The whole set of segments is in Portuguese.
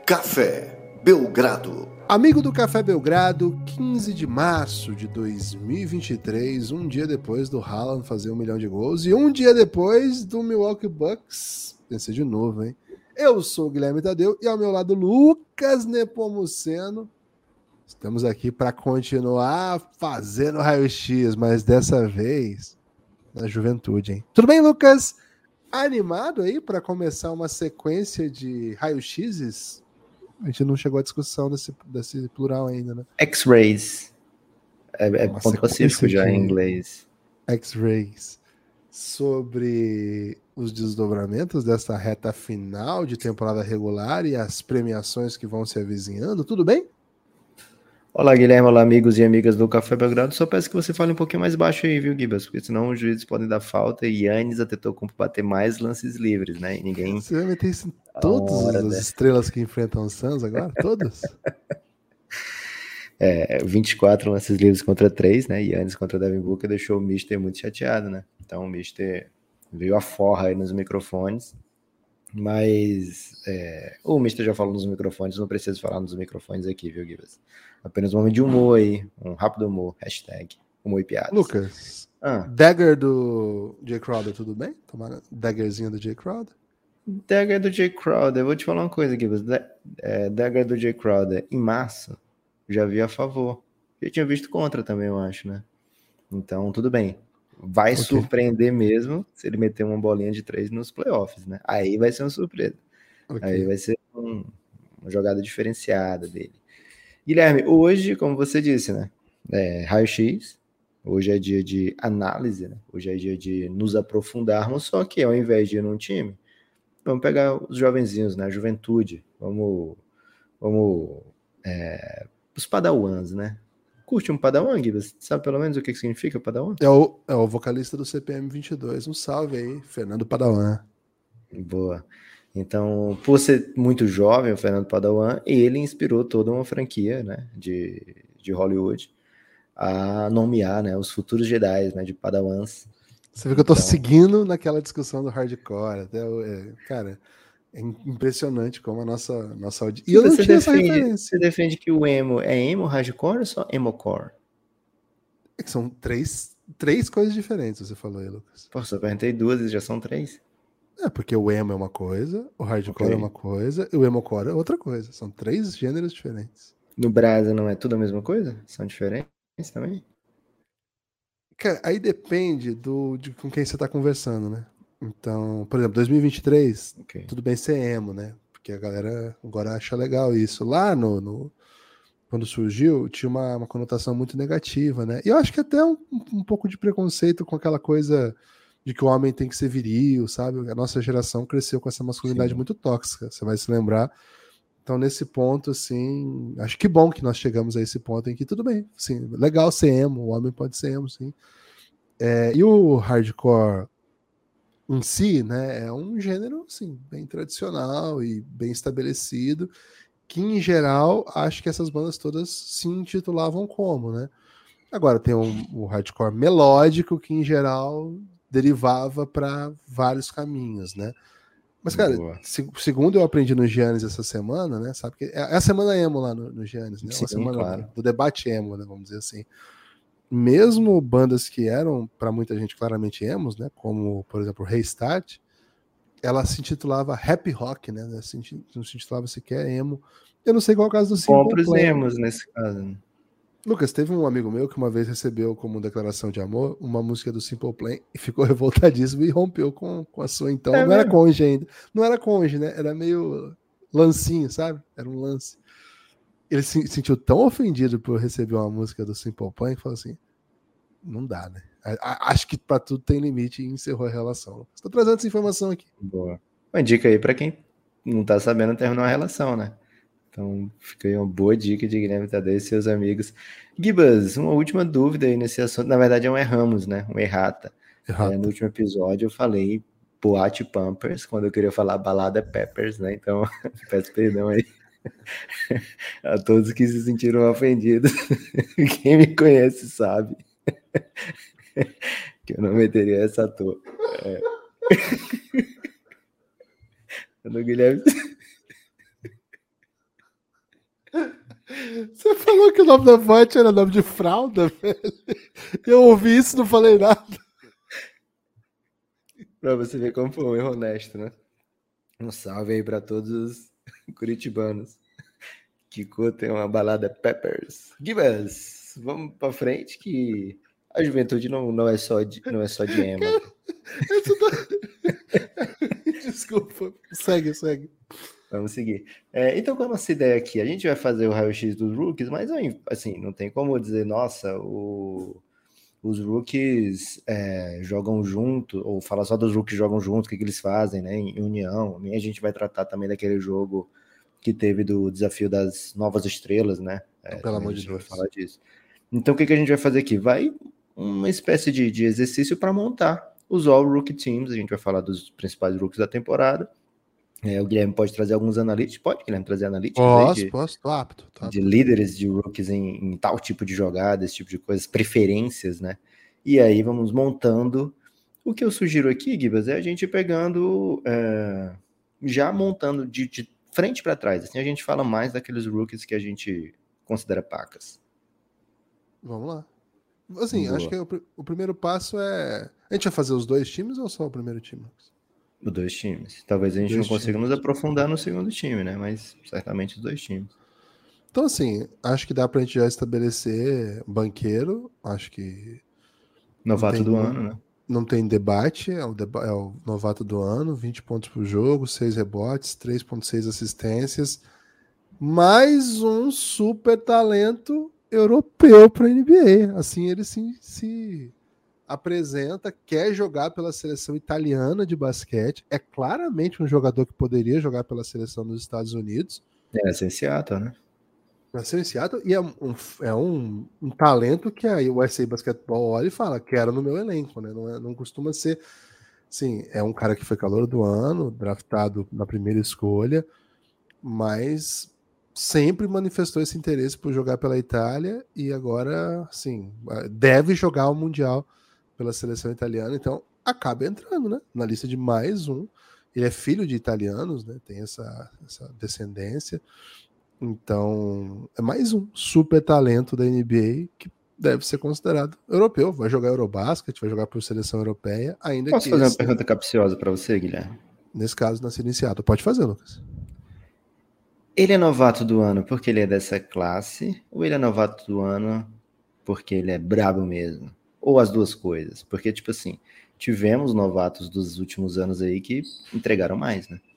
Café Belgrado. Amigo do Café Belgrado, 15 de março de 2023, um dia depois do Haaland fazer 1 milhão de gols e um dia depois do Milwaukee Bucks vencer de novo, hein? Eu sou o Guilherme Tadeu e ao meu lado Lucas Nepomuceno. Estamos aqui para continuar fazendo raio-x, mas dessa vez na juventude, hein? Tudo bem, Lucas? Animado aí para começar uma sequência de raio-x's? A gente não chegou à discussão desse plural ainda, né? X-rays. É ponto pacífico já em inglês. X-rays. Sobre os desdobramentos dessa reta final de temporada regular e as premiações que vão se avizinhando. Tudo bem? Olá, Guilherme. Olá, amigos e amigas do Café Belgrado. Só peço que você fale um pouquinho mais baixo aí, viu, Gibas? Porque senão os juízes podem dar falta e Yannis Antetokounmpo bater mais lances livres, né? E ninguém... Você vai meter isso em todas as estrelas que enfrentam o Suns agora? Todas? 24 lances livres contra 3, né? Yannis contra Devin Booker deixou o Mister muito chateado, né? Então o Mister veio a forra aí nos microfones. Mas o Mister já falou nos microfones, não preciso falar nos microfones aqui, viu, Gibas? Apenas um momento de humor aí, um rápido humor, hashtag humor e piadas. Lucas, Dagger do Jay Crowder, tudo bem? Tomara Daggerzinho do Jay Crowder? Dagger do Jay Crowder, eu vou te falar uma coisa, Gibas. Dagger do Jay Crowder, em março, já vi a favor. Já tinha visto contra também, eu acho, né? Então, tudo bem. Vai surpreender mesmo se ele meter uma bolinha de 3 nos playoffs, né? Aí vai ser uma surpresa. Aí vai ser uma jogada diferenciada dele. Guilherme, hoje, como você disse, né? Raio-x. Hoje é dia de análise, né? Hoje é dia de nos aprofundarmos, só que ao invés de ir num time, vamos pegar os jovenzinhos, né? A juventude. Vamos os padawans, né? Curte um padawan, Gibas? Sabe pelo menos o que significa padawan? É o vocalista do CPM 22. Um salve aí, Fernando Padawan. Boa. Então, por ser muito jovem, o Fernando Padawan, ele inspirou toda uma franquia, né, de Hollywood a nomear, né, os futuros Jedi, né, de Padawans. Você vê que eu tô seguindo naquela discussão do hardcore. Até, cara, é impressionante como a nossa audiência... E eu não tinha essa referência. Você defende que o emo é emo hardcore ou só emocore? É que são três coisas diferentes, você falou aí, Lucas. Pô, só perguntei 2 e já são 3. Porque o emo é uma coisa, o hardcore é uma coisa, e o emocore é outra coisa. São 3 gêneros diferentes. No Brasil não é tudo a mesma coisa? São diferentes também? Cara, aí depende de com quem você tá conversando, né? Então, por exemplo, 2023, tudo bem ser emo, né? Porque a galera agora acha legal isso. Lá quando surgiu, tinha uma conotação muito negativa, né? E eu acho que até um pouco de preconceito com aquela coisa de que o homem tem que ser viril, sabe? A nossa geração cresceu com essa masculinidade muito tóxica, você vai se lembrar. Então, nesse ponto, assim, acho que bom que nós chegamos a esse ponto em que tudo bem, assim, legal ser emo, o homem pode ser emo, sim. E o hardcore em si, né, é um gênero, assim, bem tradicional e bem estabelecido, que, em geral, acho que essas bandas todas se intitulavam como, né? Agora, tem o hardcore melódico, que, em geral, derivava para vários caminhos, né? Mas, cara, segundo eu aprendi no Giannis essa semana, né? Sabe que é a semana emo lá no Giannis, né? Sim, uma semana claro. do debate emo, né? Vamos dizer assim. Mesmo bandas que eram, para muita gente, claramente emos, né? Como, por exemplo, Restart, ela se intitulava Happy Rock, né? Não se intitulava sequer emo. Eu não sei qual é o caso do Simple Plan. Emos nesse caso, né? Lucas, teve um amigo meu que uma vez recebeu como declaração de amor uma música do Simple Plan e ficou revoltadíssimo e rompeu com a sua, então. Não era cônjuge ainda. Não era cônjuge, né? Era meio lancinho, sabe? Era um lance. Ele se sentiu tão ofendido por receber uma música do Simple Plan que falou assim, não dá, né? Acho que pra tudo tem limite e encerrou a relação. Estou trazendo essa informação aqui. Boa. Uma dica aí pra quem não tá sabendo terminar uma relação, né? Então, fica aí uma boa dica de Guilherme Tadeu e seus amigos. Gibas, uma última dúvida aí nesse assunto. Na verdade, é um erramos, né? Um errata. No último episódio, eu falei boate Pampers, quando eu queria falar balada Peppers, né? Então, peço perdão aí a todos que se sentiram ofendidos. Quem me conhece sabe que eu não meteria essa à toa. Quando o Guilherme... Você falou que o nome da fonte era nome de fralda, velho. Eu ouvi isso e não falei nada. Pra você ver como foi um erro honesto, né? Um salve aí pra todos os curitibanos que curtem uma balada Peppers. Gibas, vamos pra frente que a juventude não é só de emo. Desculpa. Segue. Vamos seguir. Então, com a nossa ideia aqui, a gente vai fazer o raio-x dos rookies, mas assim, não tem como dizer, nossa, os rookies jogam junto, ou falar só dos rookies que jogam junto, o que eles fazem, né, em união. Nem a gente vai tratar também daquele jogo que teve do desafio das novas estrelas, né? Pelo amor de Deus. Deus. Vai falar disso. Então, o que a gente vai fazer aqui? Vai uma espécie de exercício para montar os All-Rookie Teams. A gente vai falar dos principais rookies da temporada. O Guilherme pode trazer alguns analíticos. Pode, Guilherme, trazer analíticos? Posso, tô apto. De líderes de rookies em tal tipo de jogada, esse tipo de coisas, preferências, né? E aí vamos montando. O que eu sugiro aqui, Gibas, é a gente pegando, já montando de frente para trás. Assim a gente fala mais daqueles rookies que a gente considera pacas. Vamos lá. Assim, boa. Acho que o primeiro passo é... A gente vai fazer os dois times ou só o primeiro time? Os dois times. Talvez a gente não consiga nos aprofundar no segundo time, né? Mas certamente os dois times. Então, assim, acho que dá pra gente já estabelecer banqueiro. Acho que... Novato do ano, né? Não tem debate. É o novato do ano. 20 pontos por jogo, 6 rebotes, 3,6 assistências. Mais um super talento europeu para a NBA. Assim, ele se apresenta, quer jogar pela seleção italiana de basquete. É claramente um jogador que poderia jogar pela seleção dos Estados Unidos. Nasceu em Seattle, né? Nasceu em Seattle e é um talento que a USA Basketball olha e fala, quero no meu elenco, né? Não costuma ser... Sim, é um cara que foi calor do ano, draftado na primeira escolha, mas... sempre manifestou esse interesse por jogar pela Itália e agora, sim, deve jogar o Mundial pela seleção italiana, então acaba entrando, né, na lista de mais um. Ele é filho de italianos, né, tem essa descendência, então é mais um super talento da NBA que deve ser considerado europeu, vai jogar Eurobasket, vai jogar por seleção europeia, ainda Posso que... fazer uma pergunta capciosa para você, Guilherme? Nesse caso, nascido iniciado. Pode fazer, Lucas. Ele é novato do ano porque ele é dessa classe, ou ele é novato do ano porque ele é brabo mesmo? Ou as duas coisas? Porque, tipo assim, tivemos novatos dos últimos anos aí que entregaram mais, né?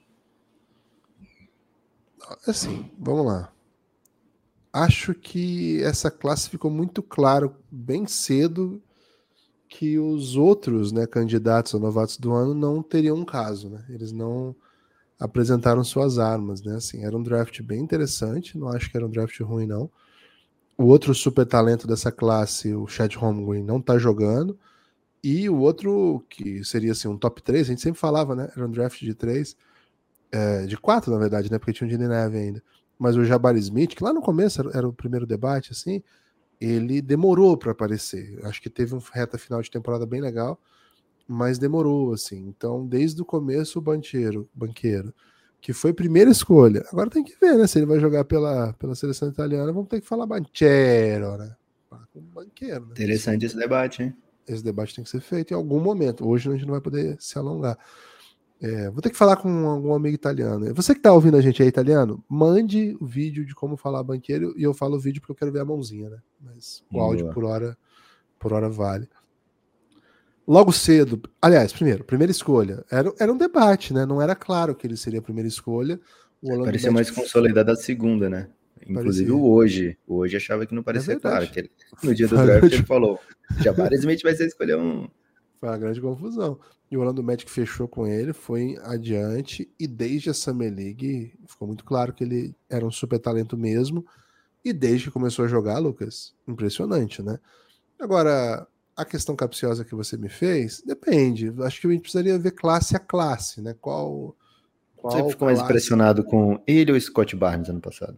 Assim, vamos lá. Acho que essa classe ficou muito claro bem cedo que os outros, né, candidatos a novatos do ano não teriam um caso, né? Eles não apresentaram suas armas, né? Assim, era um draft bem interessante, não acho que era um draft ruim, não. O outro super talento dessa classe, o Chet Holmgren, não tá jogando. E o outro, que seria assim, um top 3, a gente sempre falava, né? Era um draft de 3, de 4, na verdade, né? Porque tinha um de neve ainda. Mas o Jabari Smith, que lá no começo era o primeiro debate, assim, ele demorou para aparecer. Acho que teve uma reta final de temporada bem legal, mas demorou, assim. Então, desde o começo, o banqueiro, que foi primeira escolha. Agora tem que ver, né? Se ele vai jogar pela seleção italiana, vamos ter que falar banqueiro, né? Banqueiro, né? Interessante esse debate, hein? Esse debate tem que ser feito em algum momento. Hoje a gente não vai poder se alongar. Vou ter que falar com algum amigo italiano. Você que tá ouvindo a gente aí, italiano, mande o vídeo de como falar banqueiro e eu falo o vídeo porque eu quero ver a mãozinha, né? Mas o áudio por hora vale. Logo cedo, aliás, primeira escolha. Era um debate, né? Não era claro que ele seria a primeira escolha. Parecia mais consolidado a segunda, né? Inclusive parecia. Hoje achava que não parecia claro. Que ele, no dia do draft ele falou, Jabari Smith vai ser escolher um... Foi uma grande confusão. E o Orlando Magic fechou com ele, foi adiante, e desde a Summer League ficou muito claro que ele era um super talento mesmo. E desde que começou a jogar, Lucas, impressionante, né? Agora, a questão capciosa que você me fez, depende. Acho que a gente precisaria ver classe a classe, né? Qual você ficou mais impressionado com ele ou Scott Barnes ano passado?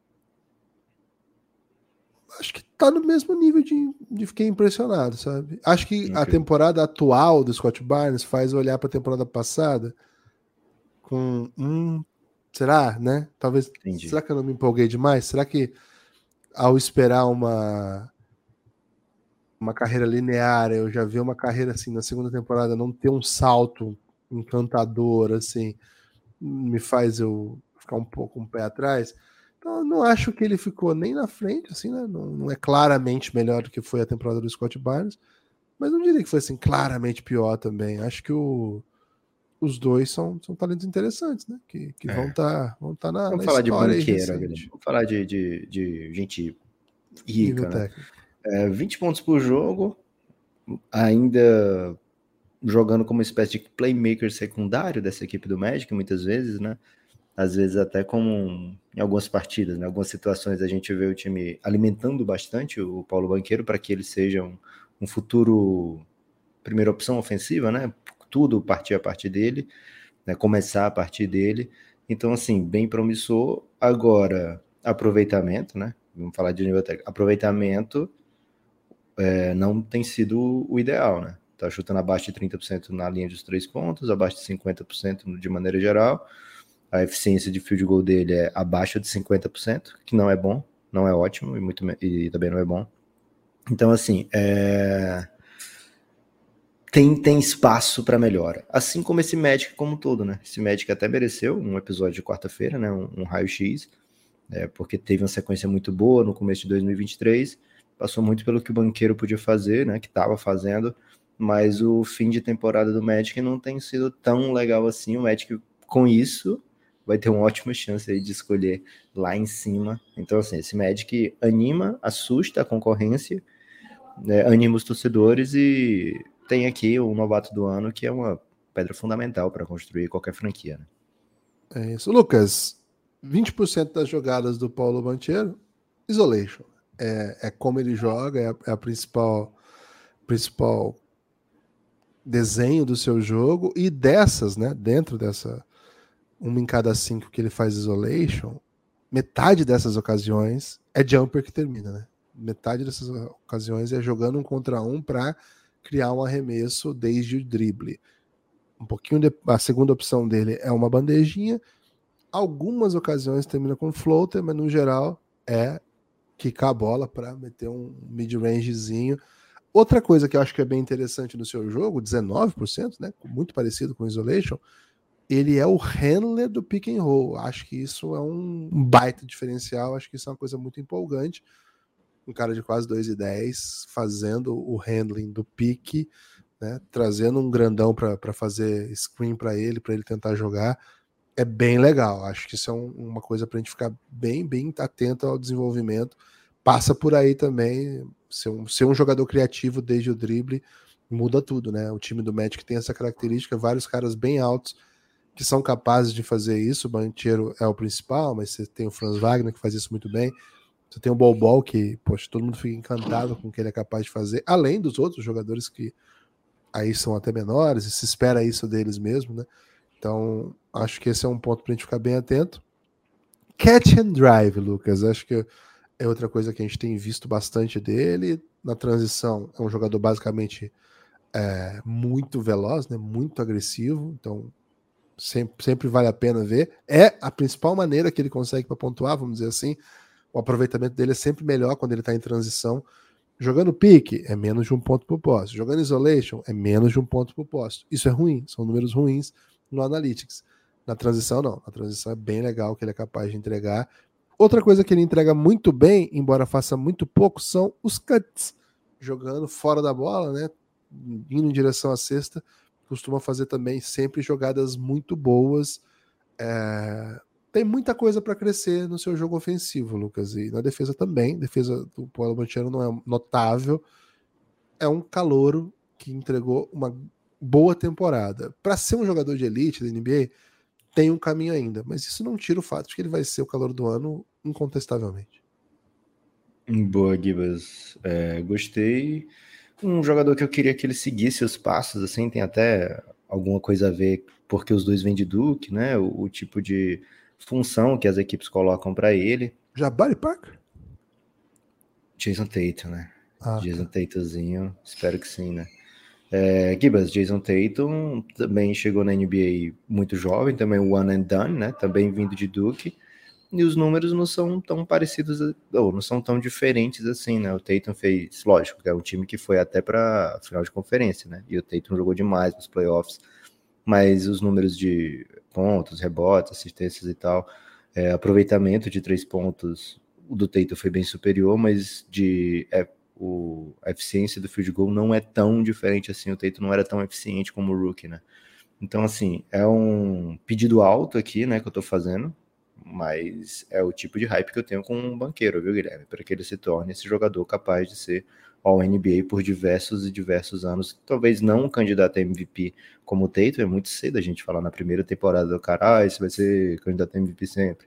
Acho que tá no mesmo nível de fiquei impressionado, sabe? Acho que a temporada atual do Scott Barnes faz olhar para a temporada passada com será, né? Talvez. Entendi. Será que eu não me empolguei demais? Será que ao esperar uma carreira linear, eu já vi uma carreira assim na segunda temporada não ter um salto encantador, assim, me faz eu ficar um pouco um pé atrás. Então, eu não acho que ele ficou nem na frente, assim, né? Não é claramente melhor do que foi a temporada do Scott Barnes, mas não diria que foi assim claramente pior também. Acho que os dois são talentos interessantes, né? Que vão estar na Vamos falar de história aí banqueiro agora. recente. Vamos falar de gente Nível rica, né? técnico. 20 pontos por jogo, ainda jogando como uma espécie de playmaker secundário dessa equipe do Magic, muitas vezes, né? Às vezes até como em algumas partidas, em algumas situações a gente vê o time alimentando bastante o Paulo Banqueiro para que ele seja um futuro primeira opção ofensiva, né? Tudo partir a partir dele, né? Começar a partir dele. Então, assim, bem promissor. Agora, aproveitamento, né? Vamos falar de nível técnico. Aproveitamento não tem sido o ideal, né? Tá chutando abaixo de 30% na linha dos 3 pontos, abaixo de 50% de maneira geral. A eficiência de field goal dele é abaixo de 50%, que não é bom, não é ótimo e também não é bom. Então, assim, tem espaço para melhora. Assim como esse Magic como um todo, né? Esse Magic até mereceu um episódio de quarta-feira, né? Um raio-x, porque teve uma sequência muito boa no começo de 2023, passou muito pelo que o banqueiro podia fazer, né? Que estava fazendo, mas o fim de temporada do Magic não tem sido tão legal assim. O Magic, com isso, vai ter uma ótima chance aí de escolher lá em cima. Então, assim, esse Magic anima, assusta a concorrência, né, anima os torcedores e tem aqui o novato do ano, que é uma pedra fundamental para construir qualquer franquia. Né? É isso. Lucas, 20% das jogadas do Paulo Banchero, isolation. É como ele joga, é a principal desenho do seu jogo, e dessas, né, dentro dessa uma em cada 5 que ele faz isolation, metade dessas ocasiões é jumper que termina, né? Metade dessas ocasiões é jogando um contra um para criar um arremesso desde o drible. A segunda opção dele é uma bandejinha. Algumas ocasiões termina com floater, mas no geral é quicar a bola para meter um mid-rangezinho. Outra coisa que eu acho que é bem interessante no seu jogo, 19%, né? Muito parecido com o Isolation, ele é o handler do pick and roll. Acho que isso é um baita diferencial, acho que isso é uma coisa muito empolgante. Um cara de quase 2,10 fazendo o handling do pique, né? Trazendo um grandão para fazer screen para ele tentar jogar. É bem legal. Acho que isso é uma coisa para a gente ficar bem atento ao desenvolvimento. Passa por aí também, ser um jogador criativo desde o drible muda tudo, né? O time do Magic tem essa característica, vários caras bem altos que são capazes de fazer isso. O Banchero é o principal, mas você tem o Franz Wagner que faz isso muito bem. Você tem o Bol que, poxa, todo mundo fica encantado com o que ele é capaz de fazer, além dos outros jogadores que aí são até menores, e se espera isso deles mesmo, né? Então, acho que esse é um ponto para a gente ficar bem atento. Catch and drive, Lucas. Acho que é outra coisa que a gente tem visto bastante dele. Na transição, é um jogador basicamente muito veloz, né? Muito agressivo. Então, sempre vale a pena ver. É a principal maneira que ele consegue para pontuar, vamos dizer assim. O aproveitamento dele é sempre melhor quando ele está em transição. Jogando pique, é menos de 1 ponto por poste. Jogando isolation, é menos de 1 ponto por poste. Isso é ruim, são números ruins no Analytics. Na transição, não. Na transição é bem legal que ele é capaz de entregar. Outra coisa que ele entrega muito bem, embora faça muito pouco, são os cuts. Jogando fora da bola, né? Indo em direção à cesta. Costuma fazer também sempre jogadas muito boas. Tem muita coisa para crescer no seu jogo ofensivo, Lucas. E na defesa também. A defesa do Paulo Banchero não é notável. É um calouro que entregou uma boa temporada. Para ser um jogador de elite da NBA, tem um caminho ainda. Mas isso não tira o fato de que ele vai ser o calor do ano incontestavelmente. Boa, Gibas. Gostei. Um jogador que eu queria que ele seguisse os passos, assim, tem até alguma coisa a ver, porque os dois vêm de Duke, né? O tipo de função que as equipes colocam para ele. Jabari Parker? Jason Tatum, né? Jason Tá. Tatumzinho, espero que sim, né? Gibas, Jason Tatum também chegou na NBA muito jovem, também one and done, né? Também vindo de Duke. e os números não são tão parecidos, ou não são tão diferentes assim, né? O Tatum fez, lógico, que é um time que foi até para final de conferência, né? E o Tatum jogou demais nos playoffs, mas os números de pontos, rebotes, assistências e tal, aproveitamento de 3 pontos, o do Tatum foi bem superior, mas a eficiência do field goal não é tão diferente assim, o Tatum não era tão eficiente como o rookie, né? Então, assim, é um pedido alto aqui, né, que eu tô fazendo, mas é o tipo de hype que eu tenho com um banqueiro, viu, Guilherme? Para que ele se torne esse jogador capaz de ser All-NBA por diversos e diversos anos. Talvez não um candidato a MVP como o Tatum, é muito cedo a gente falar na primeira temporada do cara, esse vai ser candidato a MVP sempre.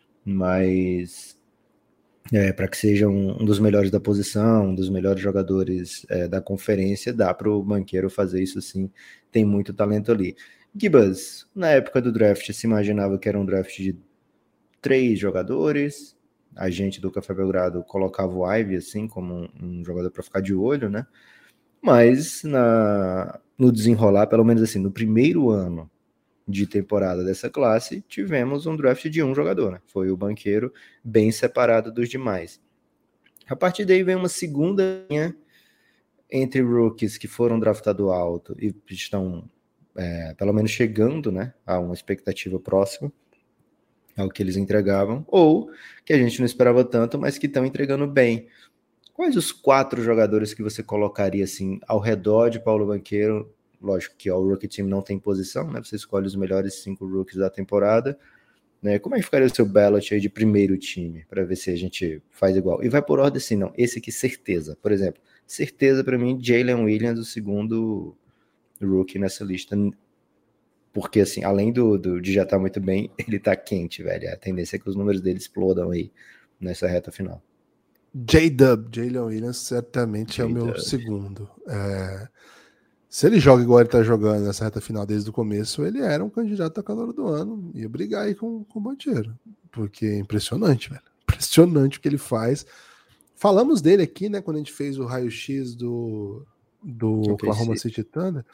Mas para que seja um dos melhores da posição, um dos melhores jogadores da conferência, dá para o banqueiro fazer isso sim, tem muito talento ali. Gibas, na época do draft, se imaginava que era um draft de 3 jogadores, a gente do Café Belgrado colocava o Ivy assim como um jogador para ficar de olho, né? Mas no desenrolar, pelo menos assim, no primeiro ano de temporada dessa classe, tivemos um draft de um jogador, né? Foi o banqueiro, bem separado dos demais. A partir daí vem uma segunda linha entre rookies que foram draftados alto e estão pelo menos chegando, né, a uma expectativa próxima ao que eles entregavam, ou que a gente não esperava tanto, mas que estão entregando bem. Quais os 4 jogadores que você colocaria assim ao redor de Paulo Banqueiro? Lógico que o Rookie Team não tem posição, né? Você escolhe os melhores 5 rookies da temporada, né? Como é que ficaria o seu ballot aí de primeiro time, para ver se a gente faz igual? E vai por ordem assim, não, esse aqui certeza. Por exemplo, certeza para mim, Jalen Williams, o segundo rookie nessa lista, porque assim, além de já estar muito bem, ele tá quente, velho. A tendência é que os números dele explodam aí nessa reta final. J-Dub, Jalen Williams, certamente é o meu segundo. Se ele joga igual ele tá jogando nessa reta final desde o começo, ele era um candidato a calor do ano, ia brigar aí com o Banchero, porque é impressionante, velho. Impressionante o que ele faz. Falamos dele aqui, né, quando a gente fez o raio-x do Oklahoma City Thunder,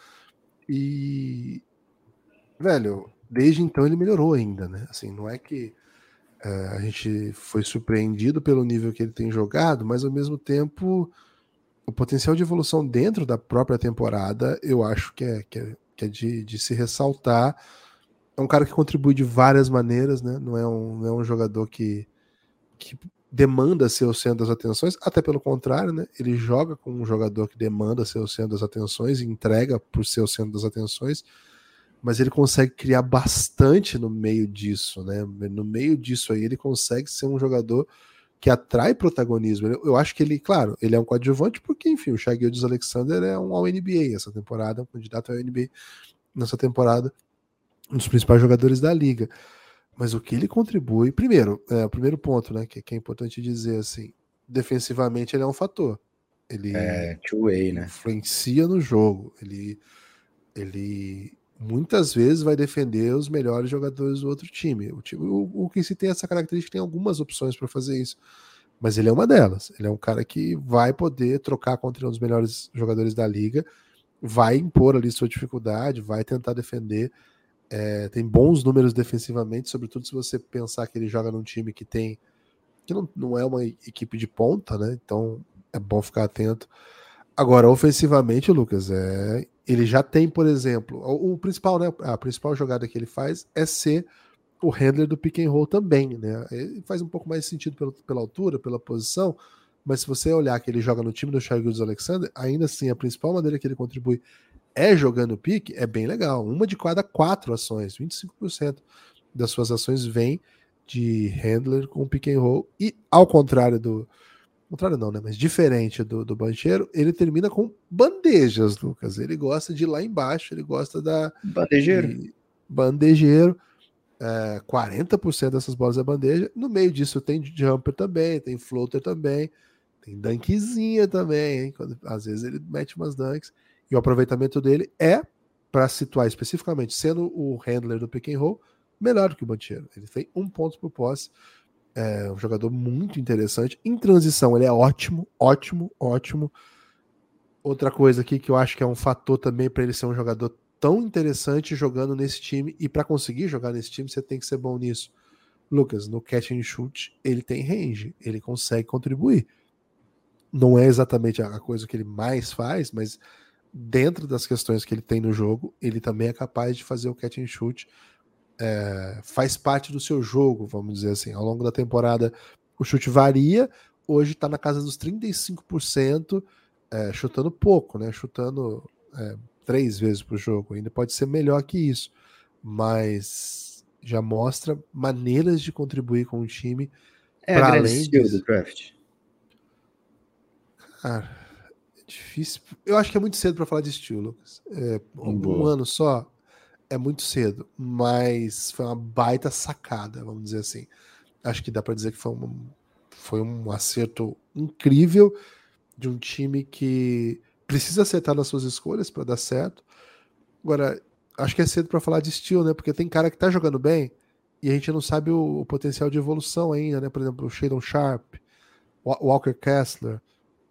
e, velho, desde então ele melhorou ainda, né? Assim, não é que a gente foi surpreendido pelo nível que ele tem jogado, mas ao mesmo tempo o potencial de evolução dentro da própria temporada eu acho que é de se ressaltar. É um cara que contribui de várias maneiras, né? Não é um jogador que demanda ser o centro das atenções, até pelo contrário, né? Ele joga com um jogador que demanda ser o centro das atenções e entrega por ser o centro das atenções, mas ele consegue criar bastante no meio disso, né? No meio disso aí ele consegue ser um jogador que atrai protagonismo. Eu acho que ele, claro, ele é um coadjuvante porque, enfim, o Shai Gilgeous-Alexander é um All-NBA essa temporada, um candidato ao NBA nessa temporada, um dos principais jogadores da liga. Mas o que ele contribui, primeiro, o primeiro ponto, né, que é importante dizer, assim, defensivamente ele é um fator. Ele two-way, né? Influencia no jogo. Ele muitas vezes vai defender os melhores jogadores do outro time. O KC tem essa característica, tem algumas opções para fazer isso, mas ele é uma delas. Ele é um cara que vai poder trocar contra um dos melhores jogadores da liga, vai impor ali sua dificuldade, vai tentar defender. Tem bons números defensivamente, sobretudo se você pensar que ele joga num time que não é uma equipe de ponta, né? Então é bom ficar atento. Agora, ofensivamente, Lucas, ele já tem, por exemplo, o principal, né? A principal jogada que ele faz é ser o handler do pick and roll também, né? Ele faz um pouco mais sentido pela altura, pela posição, mas se você olhar que ele joga no time do Shai Gilgeous-Alexander, ainda assim, a principal maneira que ele contribui jogando pick, é bem legal. Uma de cada 4 ações, 25% das suas ações vem de handler com pick and roll, e ao contrário não, né? Mas diferente do Banchero, ele termina com bandejas, Lucas. Ele gosta de ir lá embaixo, ele gosta bandejeiro. 40% dessas bolas é bandeja. No meio disso tem jumper também, tem floater também, tem dunkzinha também, hein? Às vezes ele mete umas dunks. E o aproveitamento dele para situar especificamente, sendo o handler do pick and roll, melhor do que o Banchero. Ele tem 1 ponto por posse. É um jogador muito interessante. Em transição, ele é ótimo. Outra coisa aqui que eu acho que é um fator também para ele ser um jogador tão interessante jogando nesse time, e para conseguir jogar nesse time, você tem que ser bom nisso. Lucas, no catch and shoot, ele tem range, ele consegue contribuir. Não é exatamente a coisa que ele mais faz, mas dentro das questões que ele tem no jogo, ele também é capaz de fazer o catch and shoot. Faz parte do seu jogo, vamos dizer assim. Ao longo da temporada, o chute varia. Hoje está na casa dos 35%, chutando pouco, né? Chutando 3 vezes por jogo. Ainda pode ser melhor que isso, mas já mostra maneiras de contribuir com o time. É a grande skill do draft. Cara, é difícil. Eu acho que é muito cedo para falar de estilo, Lucas. Um ano só é muito cedo, mas foi uma baita sacada, vamos dizer assim. Acho que dá para dizer que foi um acerto incrível de um time que precisa acertar nas suas escolhas para dar certo. Agora, acho que é cedo para falar de estilo, né? Porque tem cara que tá jogando bem e a gente não sabe o potencial de evolução ainda, né? Por exemplo, o Shadon Sharp, Walker Kessler,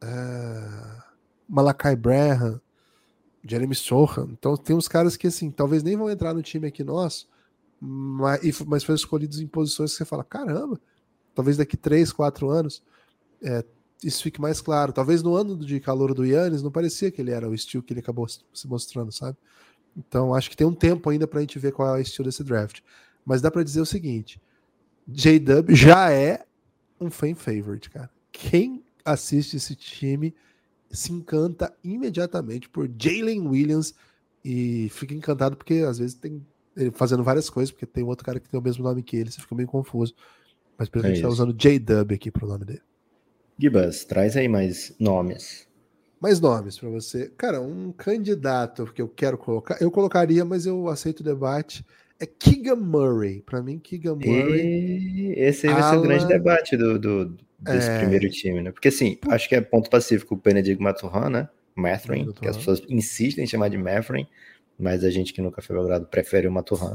Malachi Branham, Jeremy Sohan. Então tem uns caras que assim, talvez nem vão entrar no time aqui nosso, mas foram escolhidos em posições que você fala, caramba, talvez daqui 3, 4 anos isso fique mais claro. Talvez no ano de calor do Giannis não parecia que ele era o estilo que ele acabou se mostrando, sabe? Então acho que tem um tempo ainda pra gente ver qual é o estilo desse draft. Mas dá pra dizer o seguinte, J-Dub já é um fan favorite, cara. Quem assiste esse time se encanta imediatamente por Jalen Williams e fica encantado porque às vezes tem ele fazendo várias coisas, porque tem outro cara que tem o mesmo nome que ele, você fica meio confuso. Mas por exemplo, a gente tá usando J-Dub aqui pro nome dele. Gibas, traz aí mais nomes. Mais nomes pra você. Cara, um candidato que eu quero colocar, eu colocaria, mas eu aceito o debate, é Keegan Murray. Pra mim, Keegan Murray... Esse aí vai ser o grande debate desse primeiro time, né? Porque assim, acho que é ponto pacífico o Benedict Mathurin, né? Mathurin, que as pessoas insistem em chamar de Mathurin, mas a gente que nunca foi Belgrado prefere o Mathurin.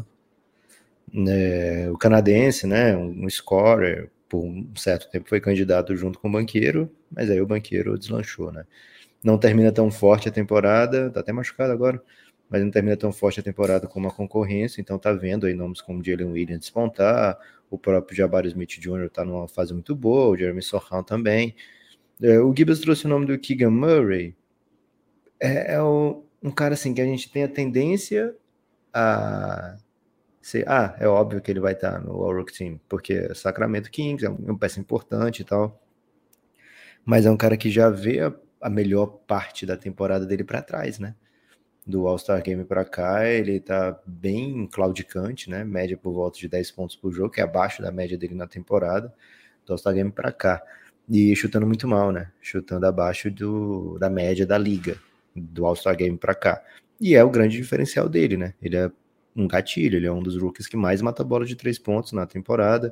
O canadense, né? Um scorer, por um certo tempo foi candidato junto com o Banqueiro, mas aí o Banqueiro deslanchou, né? Não termina tão forte a temporada, tá até machucado agora, mas não termina tão forte a temporada como a concorrência, então tá vendo aí nomes como Jalen Williams despontar, o próprio Jabari Smith Jr. tá numa fase muito boa, o Jeremy Sohan também. O Gibbs trouxe o nome do Keegan Murray, um cara assim que a gente tem a tendência a ser, é óbvio que ele vai estar no All-Rook Team, porque Sacramento Kings é uma peça importante e tal, mas é um cara que já vê a melhor parte da temporada dele para trás, né? Do All-Star Game para cá, ele tá bem claudicante, né? Média por volta de 10 pontos por jogo, que é abaixo da média dele na temporada, do All-Star Game para cá. E chutando muito mal, né? Chutando abaixo da média da liga, do All-Star Game para cá. E é o grande diferencial dele, né? Ele é um gatilho, ele é um dos rookies que mais mata bola de 3 pontos na temporada.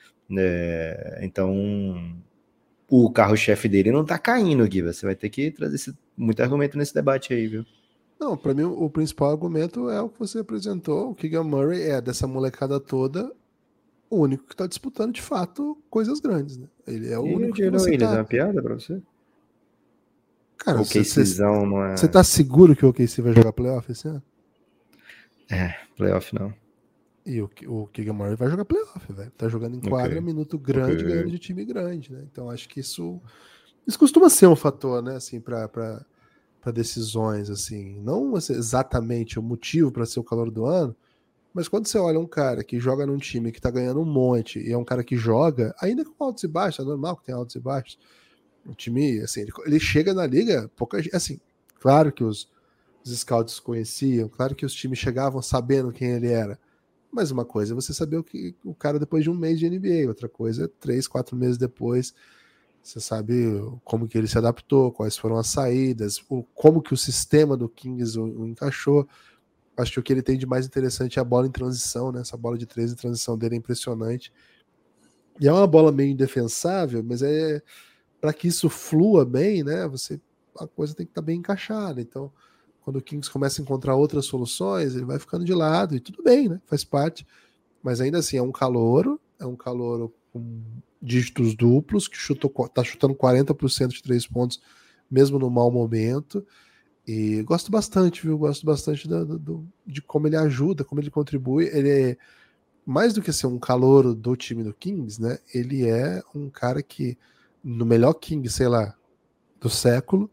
Então, o carro-chefe dele não tá caindo, Gui. Você vai ter que trazer muito argumento nesse debate aí, viu? Não, para mim o principal argumento é o que você apresentou. O Keegan Murray é dessa molecada toda o único que tá disputando de fato coisas grandes, né? Ele é o único que você tá... É uma piada pra você? Cara, não é... Você tá seguro que o OKC vai jogar playoff esse ano? Playoff não. E o Keegan Murray vai jogar playoff, velho. Tá jogando em quadra, minuto grande, ganhando de time grande, né? Então acho que isso costuma ser um fator, né? Assim, para decisões, assim. Não exatamente o motivo para ser o calor do ano, mas quando você olha um cara que joga num time que tá ganhando um monte e é um cara que joga, ainda com altos e baixos, é normal que tenha altos e baixos. O time, assim, ele chega na liga, assim, claro que os scouts conheciam, claro que os times chegavam sabendo quem ele era, mas uma coisa é você saber o cara depois de um mês de NBA, outra coisa é 3, 4 meses depois, você sabe como que ele se adaptou, quais foram as saídas, como que o sistema do Kings o encaixou. Acho que o que ele tem de mais interessante é a bola em transição, né? Essa bola de 3 em transição dele é impressionante. E é uma bola meio indefensável, mas para que isso flua bem, né? A coisa tem que estar bem encaixada. Então, quando o Kings começa a encontrar outras soluções, ele vai ficando de lado e tudo bem, né? Faz parte. Mas ainda assim, é um calouro com dígitos duplos, que tá chutando 40% de 3 pontos, mesmo no mau momento. E gosto bastante, viu? Gosto bastante de como ele ajuda, como ele contribui. mais do que ser um calouro do time do Kings, né? Ele é um cara que, no melhor King, sei lá, do século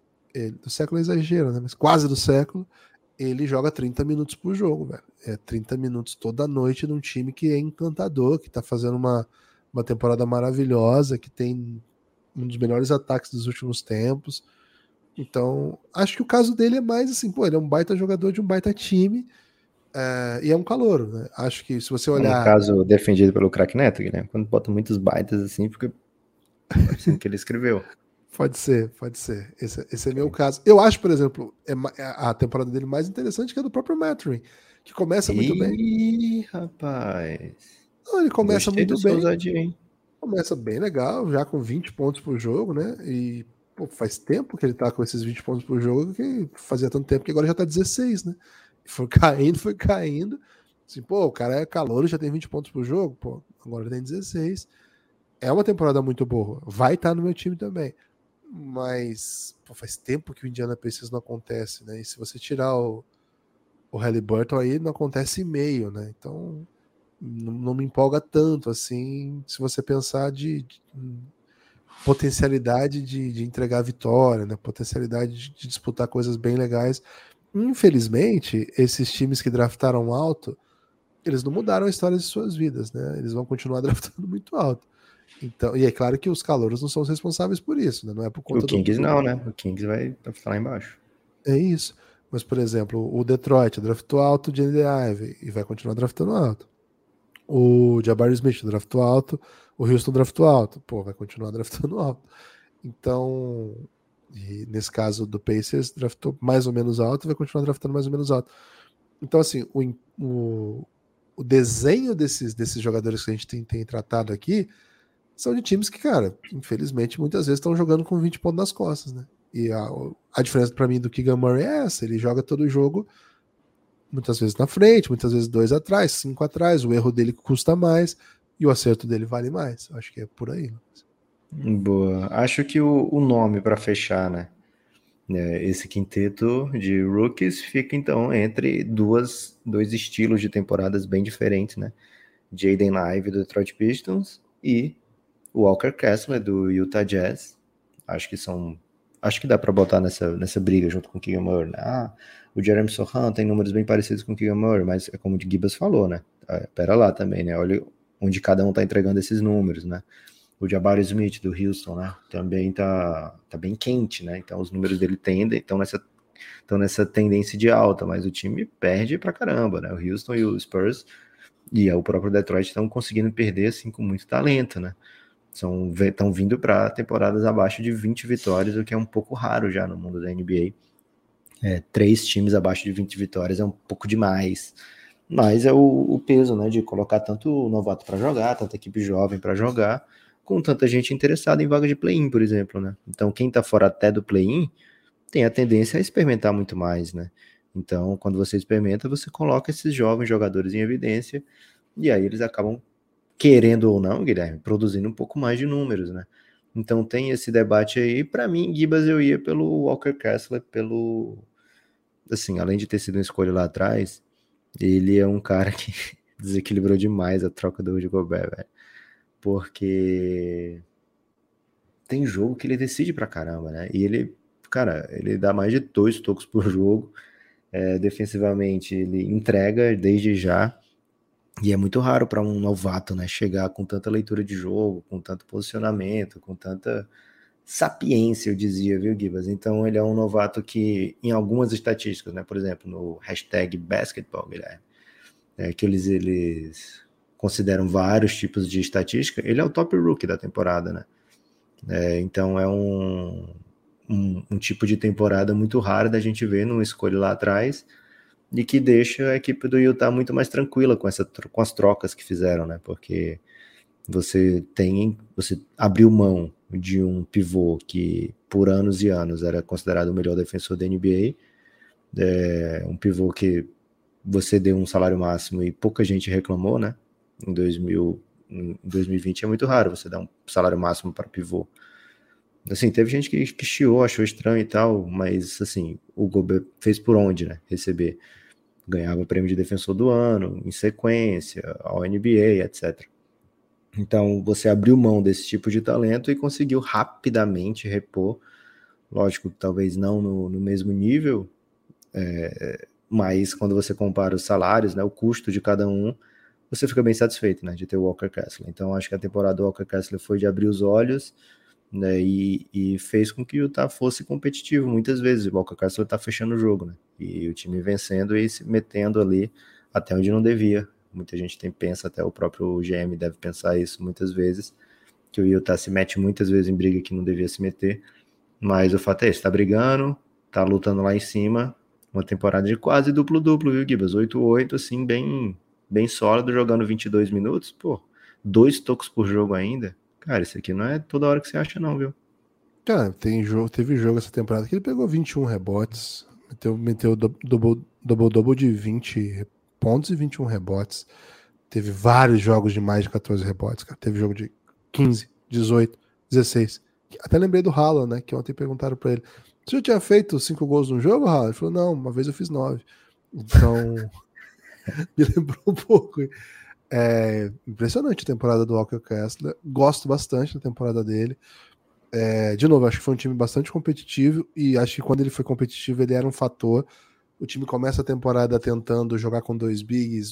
é exagero, né? Mas quase do século, ele joga 30 minutos por jogo, velho. É 30 minutos toda noite num time que é encantador, que tá fazendo uma temporada maravilhosa, que tem um dos melhores ataques dos últimos tempos. Então, acho que o caso dele é mais assim, pô, ele é um baita jogador de um baita time, e é um calouro, né? Acho que se você No olhar. caso, defendido pelo craque Neto, Guilherme, quando bota muitos baitas assim, fica parecendo que ele escreveu. Pode ser, pode ser. Esse é meu caso. Eu acho, por exemplo, a temporada dele mais interessante que a do próprio Mathurin, que começa muito bem. Ih, rapaz. Não, ele começa Gostei muito dessa bem, ousadia, hein? começa bem legal, já com 20 pontos por jogo, né? E pô, faz tempo que ele tá com esses 20 pontos por jogo, que fazia tanto tempo que agora já tá 16, né? E foi caindo, foi caindo. Assim, pô, o cara é calouro, já tem 20 pontos por jogo, pô, agora ele tem 16. É uma temporada muito boa. Vai estar no meu time também. Mas pô, faz tempo que o Indiana Pacers não acontece, né? E se você tirar o Haliburton aí, não acontece meio, né? Então não me empolga tanto assim, se você pensar de potencialidade de entregar a vitória, né? Potencialidade de disputar coisas bem legais. Infelizmente, esses times que draftaram alto, eles não mudaram a história de suas vidas, né? Eles vão continuar draftando muito alto. Então, e é claro que os calouros não são os responsáveis por isso, né? Não é por O conta Kings não, né? O Kings vai ficar lá embaixo. É isso. Mas, por exemplo, o Detroit draftou alto o Jenny Ive e vai continuar draftando alto. O Jabari Smith draftou alto, o Houston draftou alto. Pô, vai continuar draftando alto. Então, e nesse caso do Pacers, draftou mais ou menos alto e vai continuar draftando mais ou menos alto. Então, assim, o desenho desses jogadores que a gente tem tratado aqui são de times que, cara, infelizmente, muitas vezes estão jogando com 20 pontos nas costas, né? E a diferença para mim do Keegan Murray é essa: ele joga todo o jogo, muitas vezes na frente, muitas vezes 2 atrás, 5 atrás. O erro dele custa mais e o acerto dele vale mais. Acho que é por aí. Boa. Acho que o nome para fechar, né? Esse quinteto de rookies fica então entre dois estilos de temporadas bem diferentes, né? Jaden Ive do Detroit Pistons e Walker Kessler do Utah Jazz. Acho que dá para botar nessa briga junto com o Keegan Murray. Né? O Jeremy Sohan tem números bem parecidos com o Keegan Murray, mas é como o Gibas falou, né? Pera lá também, né? Olha onde cada um tá entregando esses números, né? O Jabari Smith do Houston, né? Também tá bem quente, né? Então os números dele estão nessa tendência de alta, mas o time perde pra caramba, né? O Houston e o Spurs e o próprio Detroit estão conseguindo perder assim com muito talento, né? Estão vindo para temporadas abaixo de 20 vitórias, o que é um pouco raro já no mundo da NBA. 3 times abaixo de 20 vitórias é um pouco demais, mas é o peso, né, de colocar tanto novato para jogar, tanta equipe jovem para jogar, com tanta gente interessada em vaga de play-in, por exemplo, né? Então quem tá fora até do play-in tem a tendência a experimentar muito mais, né? Então quando você experimenta, você coloca esses jovens jogadores em evidência e aí eles acabam, querendo ou não, Guilherme, produzindo um pouco mais de números, né? Então tem esse debate aí. Para mim, Gibas, eu ia pelo Walker Kessler, assim, além de ter sido uma escolha lá atrás, ele é um cara que desequilibrou demais a troca do Rudy Gobert, velho. Porque tem jogo que ele decide pra caramba, né? E ele, cara, ele dá mais de 2 tocos por jogo. Defensivamente, ele entrega desde já. E é muito raro para um novato, né, chegar com tanta leitura de jogo, com tanto posicionamento, com tanta sapiência, eu dizia, viu, Gibas? Então ele é um novato que, em algumas estatísticas, né, por exemplo, no hashtag basketball, Guilherme, que eles consideram vários tipos de estatística, ele é o top rookie da temporada, né? Então é um tipo de temporada muito raro da gente ver numa escolha lá atrás, e que deixa a equipe do Utah muito mais tranquila com as trocas que fizeram, né? Porque você abriu mão de um pivô que por anos e anos era considerado o melhor defensor da NBA, um pivô que você deu um salário máximo e pouca gente reclamou, né? Em 2020 é muito raro você dar um salário máximo para pivô. Assim, teve gente que chiou, achou estranho e tal, mas assim, o Gobert fez por onde, né? Receber. ganhava prêmio de defensor do ano, em sequência, ao NBA, etc. Então, você abriu mão desse tipo de talento e conseguiu rapidamente repor, lógico, talvez não no mesmo nível, mas quando você compara os salários, né, o custo de cada um, você fica bem satisfeito, né, de ter o Walker Kessler. Então, acho que a temporada do Walker Kessler foi de abrir os olhos, né, e fez com que o Utah fosse competitivo muitas vezes. O Walker Kessler está fechando o jogo, né, e o time vencendo e se metendo ali até onde não devia. Muita gente pensa, até o próprio GM deve pensar isso muitas vezes, que o Utah se mete muitas vezes em briga que não devia se meter, mas o fato é esse, tá brigando, tá lutando lá em cima, uma temporada de quase duplo-duplo, viu, Gibas? 8-8, assim, bem sólido, jogando 22 minutos, pô, 2 tocos por jogo ainda. Cara, isso aqui não é toda hora que você acha não, viu? Cara, teve jogo essa temporada que ele pegou 21 rebotes, meteu double de 20 pontos e 21 rebotes. Teve vários jogos de mais de 14 rebotes, cara. Teve jogo de 15, 18, 16. Até lembrei do Haaland, né? Que ontem perguntaram pra ele: você já tinha feito 5 gols num jogo, Haaland? Ele falou: não, uma vez eu fiz 9. Então, me lembrou um pouco. É impressionante a temporada do Walker Kessler. Gosto bastante da temporada dele. De novo, acho que foi um time bastante competitivo e acho que quando ele foi competitivo ele era um fator. O time começa a temporada tentando jogar com 2 bigs,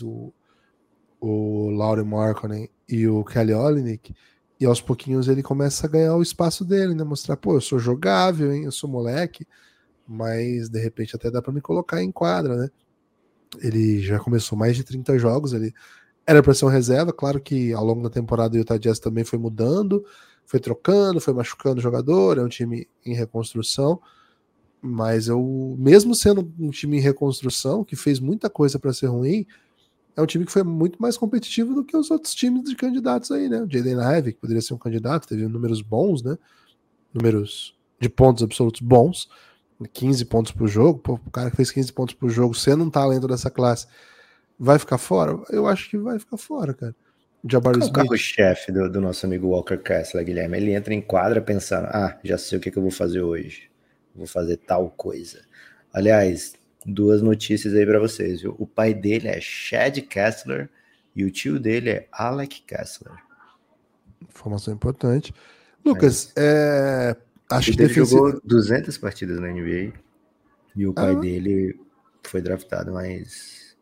o Lauri Markkanen e o Kelly Olynyk, e aos pouquinhos ele começa a ganhar o espaço dele, né? Mostrar, pô, eu sou jogável, hein? Eu sou moleque, mas de repente até dá para me colocar em quadra, né? Ele já começou mais de 30 jogos, ele era para ser um reserva, claro que ao longo da temporada o Utah Jazz também foi mudando, foi trocando, foi machucando o jogador, é um time em reconstrução, mas mesmo sendo um time em reconstrução, que fez muita coisa para ser ruim, é um time que foi muito mais competitivo do que os outros times de candidatos aí, né? O Jaden Ivey, que poderia ser um candidato, teve números bons, né? Números de pontos absolutos bons, 15 pontos por jogo. Pô, o cara que fez 15 pontos por jogo, sendo um talento dessa classe, vai ficar fora? Eu acho que vai ficar fora, cara. O Jabari Qual é o Smith. carro-chefe do nosso amigo Walker Kessler, Guilherme? Ele entra em quadra pensando, já sei o que eu vou fazer hoje. Vou fazer tal coisa. Aliás, 2 notícias aí para vocês, viu? O pai dele é Chad Kessler e o tio dele é Alec Kessler. Informação importante. Lucas, acho que ele jogou 200 partidas na NBA e o pai Ah, dele foi draftado, mas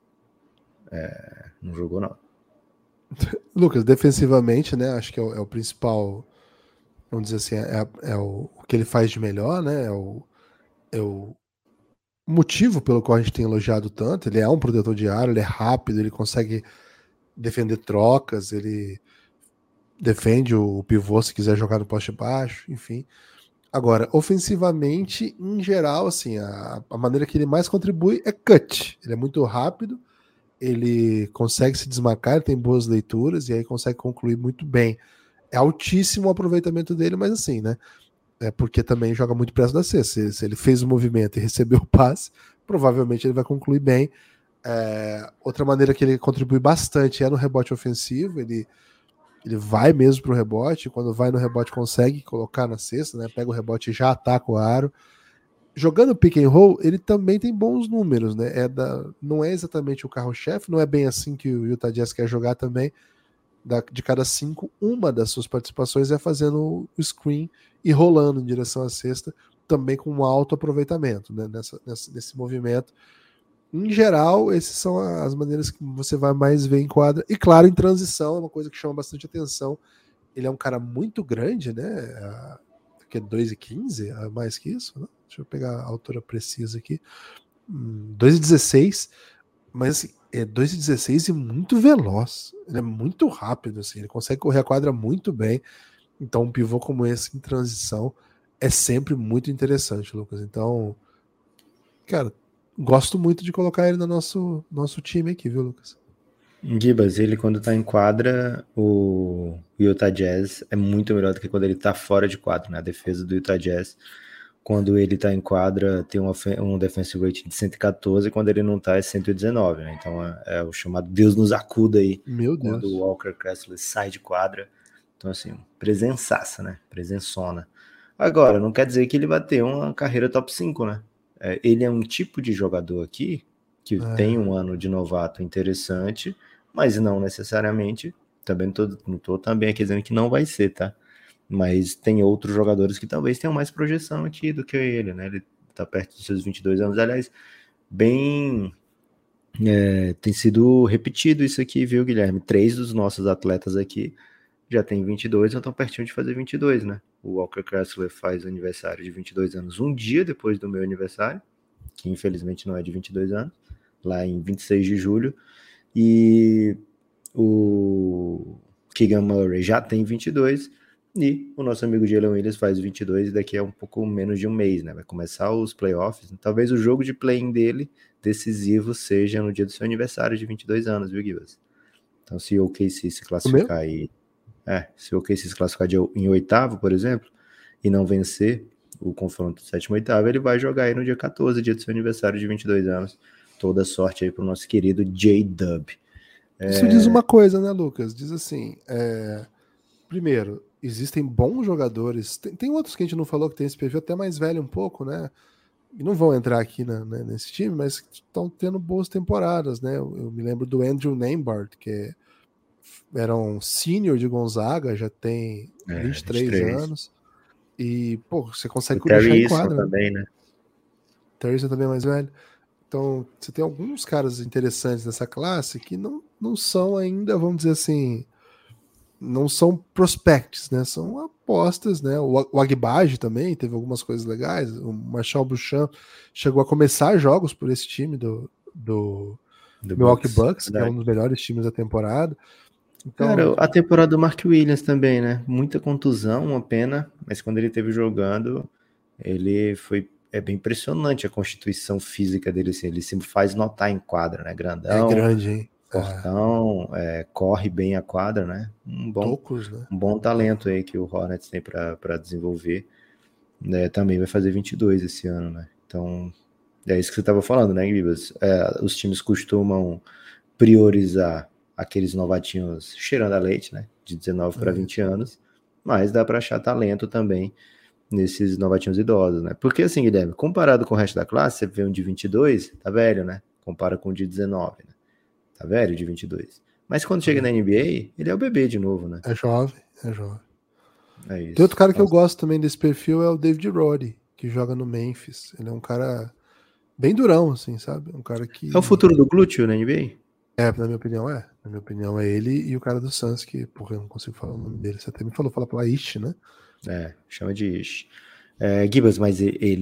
não jogou não. Lucas, defensivamente, né? Acho que é o principal, vamos dizer assim, é o que ele faz de melhor, né? É o motivo pelo qual a gente tem elogiado tanto. Ele é um protetor de aro, ele é rápido, ele consegue defender trocas, ele defende o pivô se quiser jogar no poste baixo, enfim. Agora, ofensivamente, em geral, assim, a maneira que ele mais contribui é cut. Ele é muito rápido, ele consegue se desmarcar, ele tem boas leituras e aí consegue concluir muito bem. É altíssimo o aproveitamento dele, mas assim, né? É porque também joga muito perto da cesta. Se ele fez o movimento e recebeu o passe, provavelmente ele vai concluir bem. Outra maneira que ele contribui bastante é no rebote ofensivo. Ele vai mesmo pro rebote, quando vai no rebote consegue colocar na cesta, né? Pega o rebote e já ataca o aro. Jogando pick and roll, ele também tem bons números, né? Não é exatamente o carro-chefe, não é bem assim que o Utah Jazz quer jogar também. De cada 5, uma das suas participações é fazendo o screen e rolando em direção à cesta, também com um alto aproveitamento, né? Nesse movimento. Em geral, essas são as maneiras que você vai mais ver em quadra. E claro, em transição, é uma coisa que chama bastante atenção. Ele é um cara muito grande, né? Que é 2,15, mais que isso, né? Deixa eu pegar a altura precisa aqui. 2,16, mas assim, é 2,16 e muito veloz. Ele é muito rápido, assim, ele consegue correr a quadra muito bem. Então, um pivô como esse em transição é sempre muito interessante, Lucas. Então, cara, gosto muito de colocar ele no nosso time aqui, viu, Lucas? Gibas, ele quando tá em quadra, o Utah Jazz é muito melhor do que quando ele tá fora de quadra, né? A defesa do Utah Jazz, quando ele tá em quadra, tem um defensive rating de 114, quando ele não tá é 119, né? Então é o chamado Deus nos acuda aí. Meu Deus. Quando o Walker Kessler sai de quadra. Então assim, presençaça, né? Presençona. Agora, não quer dizer que ele vai ter uma carreira top 5, né? Ele é um tipo de jogador aqui que tem um ano de novato interessante, mas não necessariamente, também não tô também aqui dizendo que não vai ser, tá? Mas tem outros jogadores que talvez tenham mais projeção aqui do que ele, né? Ele tá perto dos seus 22 anos, aliás, bem... tem sido repetido isso aqui, viu, Guilherme? 3 dos nossos atletas aqui já tem 22, ou estão pertinho de fazer 22, né? O Walker Kessler faz aniversário de 22 anos um dia depois do meu aniversário, que infelizmente não é de 22 anos, lá em 26 de julho, e o Keegan Murray já tem 22, e o nosso amigo Jalen Williams faz 22 e daqui a um pouco menos de um mês, né? Vai começar os playoffs, talvez o jogo de play-in dele decisivo seja no dia do seu aniversário de 22 anos, viu, Gibas? Então se o OKC se classificar aí, se o OKC se classificar em oitavo, por exemplo, e não vencer o confronto do sétimo e oitavo, ele vai jogar aí no dia 14, dia do seu aniversário de 22 anos. Toda sorte aí pro nosso querido J-Dub. Isso diz uma coisa, né, Lucas? Diz assim, primeiro, existem bons jogadores, tem outros que a gente não falou que tem esse perfil até mais velho um pouco, né? E não vão entrar aqui nesse time, mas estão tendo boas temporadas, né? Eu me lembro do Andrew Nembhard, que era um sênior de Gonzaga, já tem 23 anos. E, pô, você consegue deixar em quadra. Também, né? Terry também é mais velho. Então, você tem alguns caras interessantes dessa classe que não são ainda, vamos dizer assim, não são prospects, né? São apostas, né? O Agbaji também teve algumas coisas legais. O Marshall Beauchamp chegou a começar jogos por esse time do Milwaukee Bucks, que é um dos melhores times da temporada. Então, cara, a temporada do Mark Williams também, né? Muita contusão, uma pena, mas quando ele esteve jogando, ele foi bem impressionante a constituição física dele, assim, ele se faz notar em quadra, né? Grandão, é grande, hein? Fortão, corre bem a quadra, né? Um bom talento aí que o Hornets tem para desenvolver. Né? Também vai fazer 22 esse ano, né? Então, é isso que você estava falando, né, Gibas? Os times costumam priorizar aqueles novatinhos cheirando a leite, né? De 19 para 20 anos, mas dá para achar talento também nesses novatinhos idosos, né? Porque assim, Guilherme, comparado com o resto da classe, você vê um de 22, tá velho, né? Compara com o de 19, né? Tá velho, de 22. Mas quando chega na NBA, ele é o bebê de novo, né? É jovem. É isso. Tem outro cara que eu gosto também desse perfil, é o David Roddy, que joga no Memphis. Ele é um cara bem durão, assim, sabe? Um cara que... É o futuro do glúteo na NBA? Na minha opinião é. Na minha opinião é ele e o cara do Suns, que, porra, eu não consigo falar o nome dele. Você até me falou, fala pela Ish, né? Chama de Ish. Gibas, mas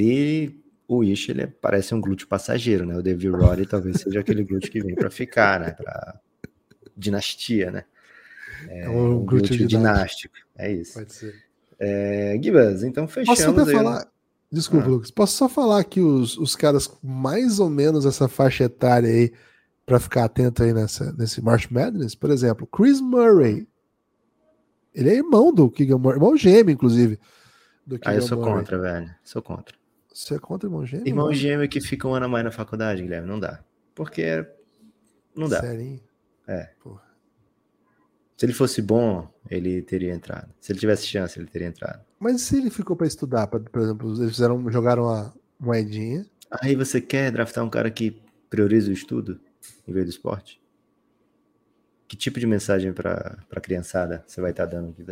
o Ish, ele parece um glúteo passageiro, né? O David Roddy talvez seja aquele glúteo que vem pra ficar, né? Pra dinastia, né? É um glúteo dinástico. É isso. Pode ser. Gibas, então fechamos. Posso até falar... Desculpa, Lucas. Posso só falar que os caras mais ou menos essa faixa etária aí, pra ficar atento aí nesse March Madness, por exemplo, Chris Murray. Ele é irmão do Keegan Murray, irmão gêmeo, inclusive. Eu sou contra, velho. Sou contra. Você é contra irmão gêmeo? Irmão gêmeo que fica um ano a mais na faculdade, Guilherme, não dá. Porque não dá. Sério? Porra. Se ele fosse bom, ele teria entrado. Se ele tivesse chance, ele teria entrado. Mas se ele ficou pra estudar, por exemplo, eles jogaram a moedinha. Aí você quer draftar um cara que prioriza o estudo em vez do esporte? Que tipo de mensagem pra criançada você vai estar dando aqui?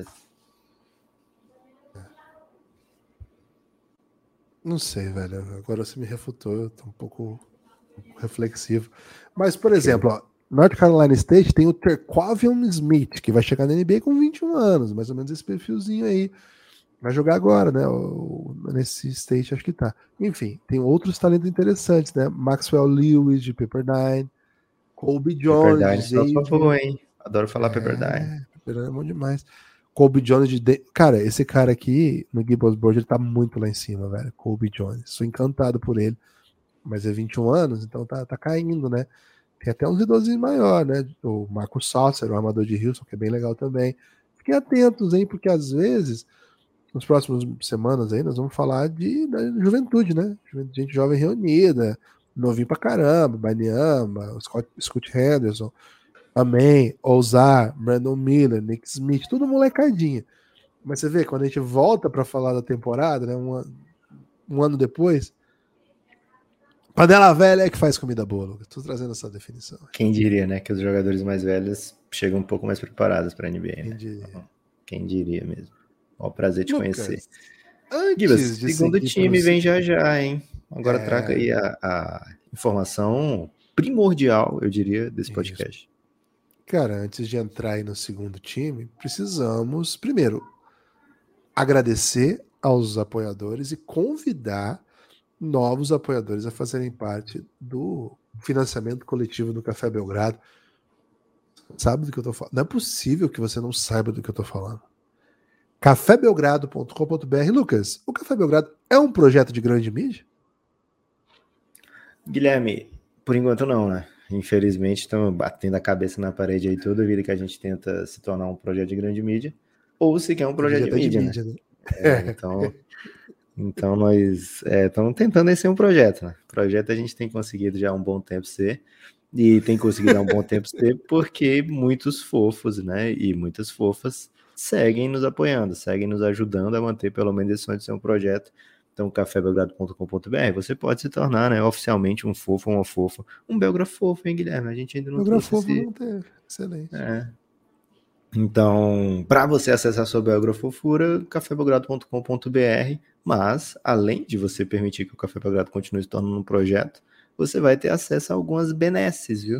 Não sei, velho. Agora você me refutou, eu tô um pouco reflexivo. Mas, por exemplo, ó, North Carolina State tem o Terquavion Smith, que vai chegar na NBA com 21 anos, mais ou menos esse perfilzinho aí. Vai jogar agora, né? Nesse State acho que tá. Enfim, tem outros talentos interessantes, né? Maxwell Lewis de Pepperdine, Colby Jones Pepperdine, de Xavier. só favor, hein? Adoro falar Pepperdine. Pepperdine é bom demais. Colby Jones Cara, esse cara aqui no Gibbons Board, ele tá muito lá em cima, velho. Colby Jones. Sou encantado por ele. Mas é 21 anos, então tá caindo, né? Tem até uns idosinhos maior, né? O Marcus Saucer, o armador de Houston, que é bem legal também. Fiquem atentos, hein? Porque às vezes, nas próximas semanas aí, nós vamos falar da juventude, né? Gente jovem reunida, novinho pra caramba, Banyama, Scott Henderson, Amém, Ousar, Brandon Miller, Nick Smith, tudo molecadinha. Mas você vê, quando a gente volta para falar da temporada, né, um ano depois, Panela velha é que faz comida boa, Lucas. Tô trazendo essa definição. Quem diria, né? Que os jogadores mais velhos chegam um pouco mais preparados para a NBA, né? Quem diria mesmo. Ó, prazer te conhecer. Gibas, segundo time vem já, hein? Agora traga aí a informação primordial, eu diria, desse podcast. Cara, antes de entrar aí no segundo time, precisamos, primeiro, agradecer aos apoiadores e convidar novos apoiadores a fazerem parte do financiamento coletivo do Café Belgrado. Sabe do que eu tô falando? Não é possível que você não saiba do que eu tô falando. cafébelgrado.com.br. Lucas, o Café Belgrado é um projeto de grande mídia? Guilherme, por enquanto não, né? Infelizmente estamos batendo a cabeça na parede aí toda a vida que a gente tenta se tornar um projeto de grande mídia, ou se quer um projeto de mídia, né? Então nós estamos tentando ser um projeto, né? Projeto a gente tem conseguido já há um bom tempo ser, e tem conseguido há um bom tempo ser porque muitos fofos, né, e muitas fofas seguem nos apoiando, seguem nos ajudando a manter pelo menos esse sonho de ser um projeto. Então, cafébelgrado.com.br, você pode se tornar, né, oficialmente um fofo ou uma fofa. Um belgrafo fofo, hein, Guilherme? A gente ainda não trouxe fofo não teve. Excelente. Então, para você acessar sua belgrafofura, cafébelgrado.com.br, mas, além de você permitir que o Café Belgrado continue se tornando um projeto, você vai ter acesso a algumas benesses, viu?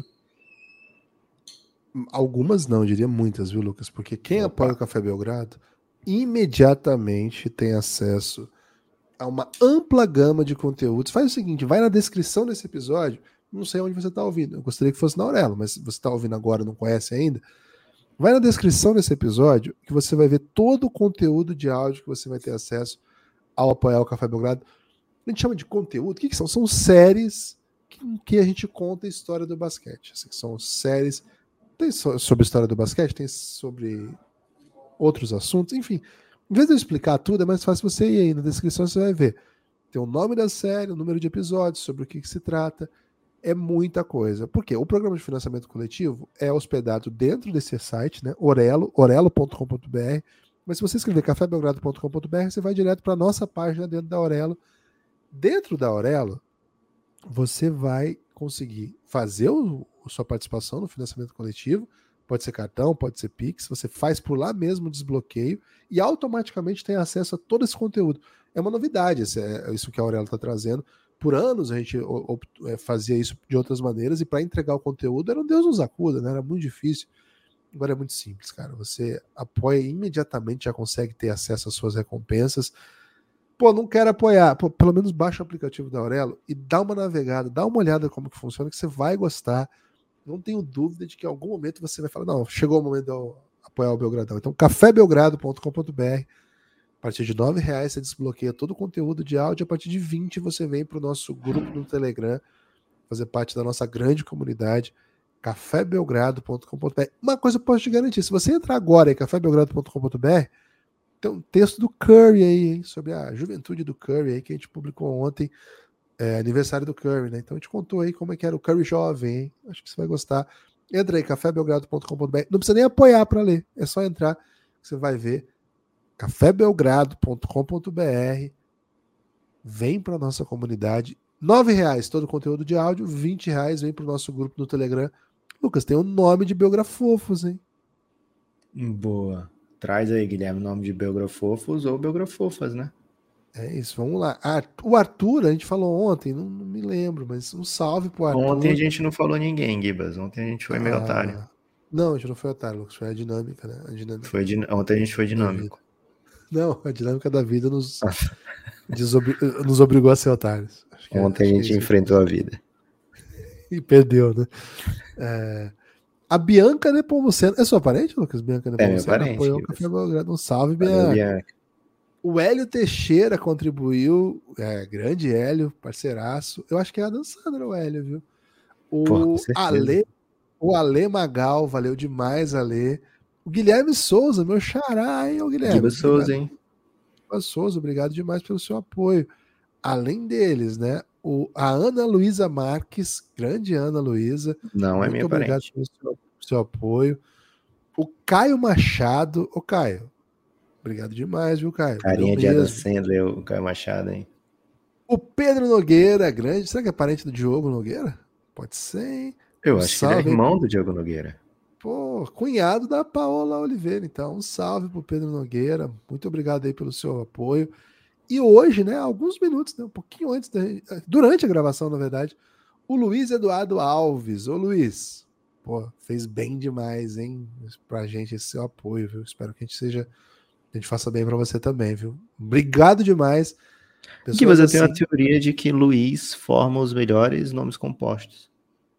Algumas não, eu diria muitas, viu, Lucas? Porque quem apoia o Café Belgrado imediatamente tem acesso a uma ampla gama de conteúdos. Faz o seguinte, vai na descrição desse episódio, não sei onde você está ouvindo, eu gostaria que fosse na Aurelo, mas se você está ouvindo agora e não conhece ainda, vai na descrição desse episódio que você vai ver todo o conteúdo de áudio que você vai ter acesso ao apoiar o Café Belgrado. A gente chama de conteúdo, o que são? São séries que a gente conta a história do basquete. Assim, são séries, tem sobre a história do basquete, tem sobre outros assuntos, enfim. Em vez de eu explicar tudo, é mais fácil você ir aí na descrição, você vai ver. Tem o nome da série, o número de episódios, sobre o que se trata. É muita coisa. Por quê? O programa de financiamento coletivo é hospedado dentro desse site, né? orelo.com.br. Mas se você escrever cafébelgrado.com.br, você vai direto para a nossa página dentro da Aurelo. Dentro da Aurelo, você vai conseguir fazer a sua participação no financiamento coletivo. Pode ser cartão, pode ser Pix. Você faz por lá mesmo o desbloqueio e automaticamente tem acesso a todo esse conteúdo. É uma novidade isso que a Aurelo está trazendo. Por anos a gente fazia isso de outras maneiras e para entregar o conteúdo era um Deus nos acuda, né? Era muito difícil. Agora é muito simples, cara. Você apoia imediatamente, já consegue ter acesso às suas recompensas. Pô, não quero apoiar. Pô, pelo menos baixa o aplicativo da Aurelo e dá uma navegada, dá uma olhada como que funciona, que você vai gostar. Não tenho dúvida de que em algum momento você vai falar, não, chegou o momento de eu apoiar o Belgradão. Então, cafébelgrado.com.br. A partir de R$9 você desbloqueia todo o conteúdo de áudio. A partir de 20 você vem para o nosso grupo no Telegram, fazer parte da nossa grande comunidade, cafébelgrado.com.br. Uma coisa eu posso te garantir, se você entrar agora em cafébelgrado.com.br, tem um texto do Curry aí, hein, sobre a juventude do Curry aí, que a gente publicou ontem, aniversário do Curry, né? Então a gente contou aí como é que era o Curry jovem, hein? Acho que você vai gostar. Entra aí, cafébelgrado.com.br. Não precisa nem apoiar para ler, é só entrar, que você vai ver. cafébelgrado.com.br. Vem para nossa comunidade. R$9 todo o conteúdo de áudio, R$20 vem para o nosso grupo no Telegram. Lucas, tem o nome de Belgrafofos, hein? Boa. Traz aí, Guilherme, o nome de Belgrafofos ou Belgrafofas, né? É isso, vamos lá. O Arthur, a gente falou ontem, não me lembro, mas um salve pro Arthur. Ontem a gente não falou ninguém, Gibas. Ontem a gente foi meio otário. Não, a gente não foi otário, Lucas. Foi a dinâmica, né? Ontem a gente foi dinâmico. Não, a dinâmica da vida nos obrigou a ser otários. Ontem a gente enfrentou a vida. E perdeu, né? A Bianca Nepomuceno. É sua parente, Lucas? Bianca Nepomuceno apoiou o Café Belgrado. Um salve, Bianca. O Hélio Teixeira contribuiu. Grande Hélio, parceiraço. Eu acho que é a Dan Sandra, o Hélio, viu? O Ale Magal, valeu demais, Ale. O Guilherme Souza, meu xará, hein, Guilherme? Guilherme Souza, hein? Guilherme Souza, obrigado demais pelo seu apoio. Além deles, né? A Ana Luísa Marques, grande Ana Luísa. Não é minha parente. Muito obrigado pelo seu apoio. O Caio Machado. Ô, Caio, obrigado demais, viu, Caio? Carinha de Adam Sandler, o Caio Machado, hein? O Pedro Nogueira, grande. Será que é parente do Diogo Nogueira? Pode ser, hein? Eu acho que ele é irmão do Diogo Nogueira. Pô, cunhado da Paola Oliveira. Então, um salve pro Pedro Nogueira. Muito obrigado aí pelo seu apoio. E hoje, né, alguns minutos, né, um pouquinho antes, durante a gravação, na verdade, o Luiz Eduardo Alves. Ô, Luiz, pô, fez bem demais, hein, pra gente esse seu apoio, viu? Espero que a gente faça bem pra você também, viu? Obrigado demais. Que você assim... tem a teoria de que Luiz forma os melhores nomes compostos.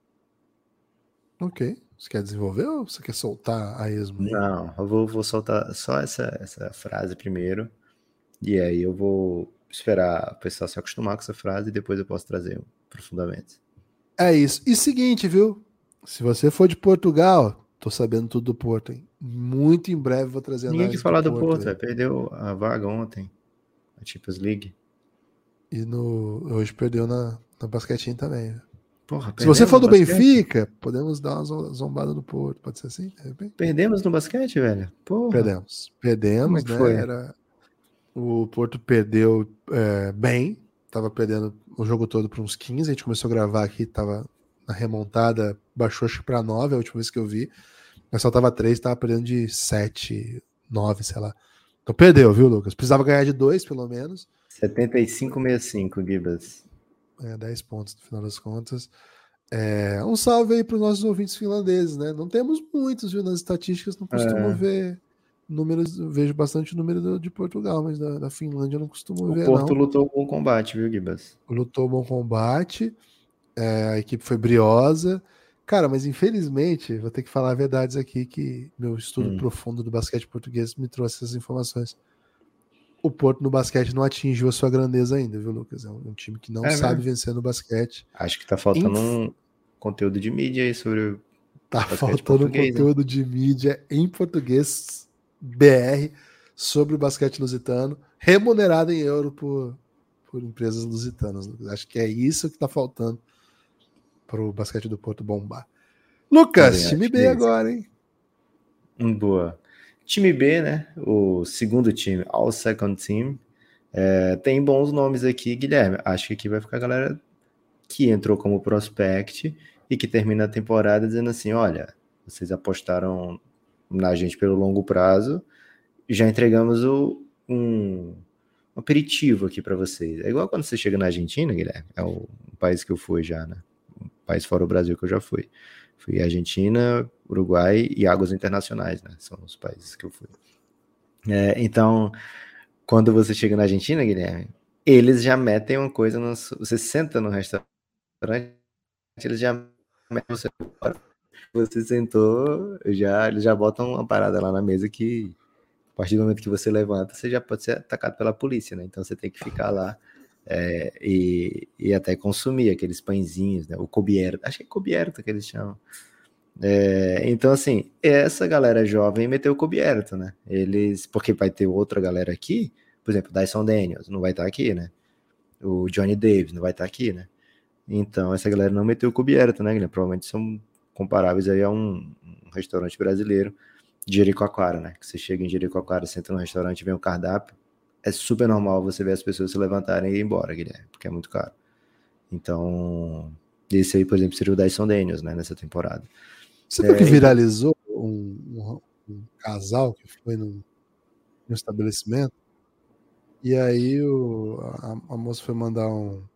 Ok. Você quer desenvolver ou você quer soltar a esmo? Não, eu vou soltar só essa frase primeiro. E aí eu vou esperar o pessoal se acostumar com essa frase e depois eu posso trazer profundamente. É isso. E seguinte, viu? Se você for de Portugal, tô sabendo tudo do Porto, hein? Muito em breve vou trazer Ninguém que falar do Porto, perdeu a vaga ontem. A Champions League. E hoje perdeu na basquetinho também. Porra, se você for do Benfica, podemos dar uma zombada no Porto. Pode ser assim? Perdemos no basquete, velho? Porra. Perdemos, como é que né? Foi? O Porto perdeu bem. Tava perdendo o jogo todo por uns 15. A gente começou a gravar aqui, tava na remontada, baixou acho para 9, a última vez que eu vi. Mas só tava 3, tava perdendo de 7, 9, sei lá. Então perdeu, viu, Lucas? Precisava ganhar de 2, pelo menos. 75-65, Gibas. 10 pontos no final das contas. Um salve aí para os nossos ouvintes finlandeses, né? Não temos muitos, viu? Nas estatísticas não costumo ver números, vejo bastante o número de Portugal, mas da Finlândia eu não costumo ver, não. O Porto não. lutou bom combate, viu, Gibas? Lutou bom combate, a equipe foi briosa. Cara, mas infelizmente, vou ter que falar verdades aqui, que meu estudo profundo do basquete português me trouxe essas informações. O Porto no basquete não atingiu a sua grandeza ainda, viu, Lucas? É um time que não sabe vencer no basquete. Acho que tá faltando um conteúdo de mídia aí sobre o Tá faltando um conteúdo de mídia em português BR sobre o basquete lusitano, remunerado em euro por empresas lusitanas. Lucas. Acho que é isso que tá faltando para o basquete do Porto bombar. Lucas, time B agora, hein? Boa. Time B, né? O segundo time, All Second Team. Tem bons nomes aqui, Guilherme. Acho que aqui vai ficar a galera que entrou como prospect e que termina a temporada dizendo assim, olha, vocês apostaram na gente pelo longo prazo, já entregamos um aperitivo aqui para vocês. É igual quando você chega na Argentina, Guilherme, é o país que eu fui já, né? Um país fora o Brasil que eu já fui. Fui Argentina, Uruguai e Águas Internacionais, né? São os países que eu fui. Então, quando você chega na Argentina, Guilherme, eles já metem uma coisa, você senta no restaurante, eles já metem você fora. Você sentou, eles já botam uma parada lá na mesa que, a partir do momento que você levanta, você já pode ser atacado pela polícia, né? Então você tem que ficar lá e até consumir aqueles pãezinhos, né? O cobierto, acho que é cobierto que eles chamam. Então, assim, essa galera jovem meteu o cobierto, né? Porque vai ter outra galera aqui, por exemplo, Dyson Daniels não vai estar aqui, né? O Johnny Davis não vai estar aqui, né? Então, essa galera não meteu o cobierto, né, Guilherme? Provavelmente são comparáveis aí a um restaurante brasileiro de Jericoacoara, né? Que você chega em Jericoacoara, senta no restaurante, vem o cardápio, é super normal você ver as pessoas se levantarem e ir embora, Guilherme, porque é muito caro. Então, esse aí, por exemplo, seria o Dyson Daniels, né, nessa temporada. Você viu que viralizou um casal que foi num estabelecimento e aí a moça foi mandar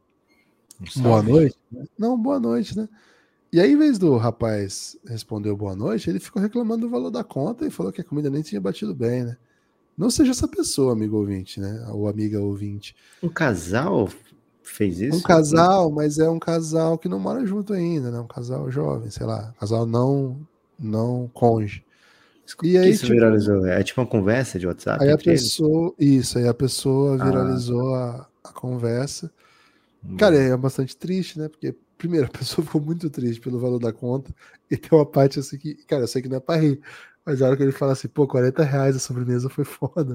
boa noite, né? Não, boa noite, né? E aí, em vez do rapaz responder boa noite, ele ficou reclamando do valor da conta e falou que a comida nem tinha batido bem, né? Não seja essa pessoa, amigo ouvinte, né? Ou amiga ouvinte. Um casal fez isso? Um casal, mas é um casal que não mora junto ainda, né? Um casal jovem, sei lá. Casal não cônjuge. E aí, isso viralizou? É tipo uma conversa de WhatsApp? Aí a pessoa, isso, aí a pessoa viralizou a conversa. Cara, é bastante triste, né? Porque, primeiro, a pessoa ficou muito triste pelo valor da conta. E tem uma parte assim que, cara, eu sei que não é pra rir, mas a hora que ele fala assim, pô, R$40 a sobremesa foi foda.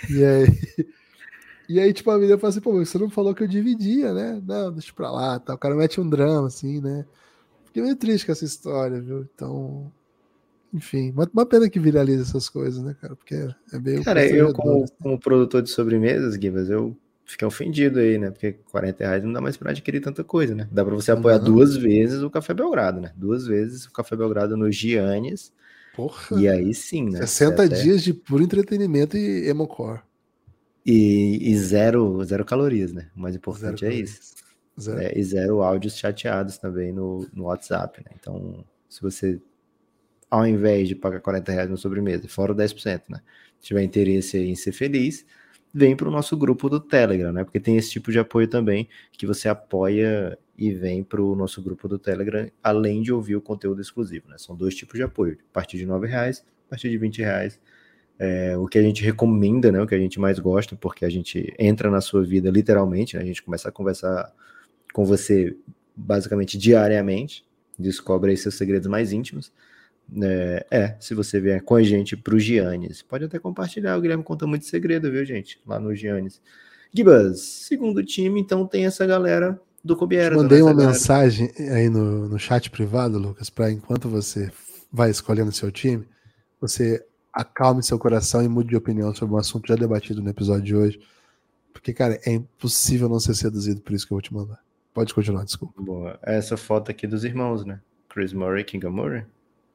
E aí, tipo, a menina fala assim, pô, você não falou que eu dividia, né? Não, deixa pra lá, tá. O cara mete um drama, assim, né? Fiquei meio triste com essa história, viu? Então, enfim, uma pena que viraliza essas coisas, né, cara? Porque é meio... Cara, eu como produtor de sobremesas, Gibas, eu fica ofendido aí, né? Porque R$40 não dá mais pra adquirir tanta coisa, né? Dá pra você apoiar 2 vezes o Café Belgrado, né? 2 vezes o Café Belgrado no Giannis. Porra. E aí sim, né? 60 dias de puro entretenimento e emocore. E zero calorias, né? O mais importante Zero é isso. Zero. E zero áudios chateados também no WhatsApp, né? Então, se você, ao invés de pagar R$40 na sobremesa, fora o 10%, né? Se tiver interesse em ser feliz, vem para o nosso grupo do Telegram, né? Porque tem esse tipo de apoio também, que você apoia e vem para o nosso grupo do Telegram, além de ouvir o conteúdo exclusivo, né? São 2 tipos de apoio, a partir de R$9, a partir de R$20. O que a gente recomenda, né? O que a gente mais gosta, porque a gente entra na sua vida literalmente, né? A gente começa a conversar com você basicamente diariamente, descobre aí seus segredos mais íntimos. Se você vier com a gente pro Giannis, pode até compartilhar, o Guilherme conta muito segredo, viu, gente? Lá no Giannis. Gibas, segundo time, então tem essa galera do Kobiera. Mandei uma mensagem aí no chat privado, Lucas, para enquanto você vai escolhendo seu time, você acalme seu coração e mude de opinião sobre um assunto já debatido no episódio de hoje. Porque, cara, é impossível não ser seduzido por isso que eu vou te mandar. Pode continuar, desculpa. Boa. Essa foto aqui dos irmãos, né? Chris Murray e Keegan Murray.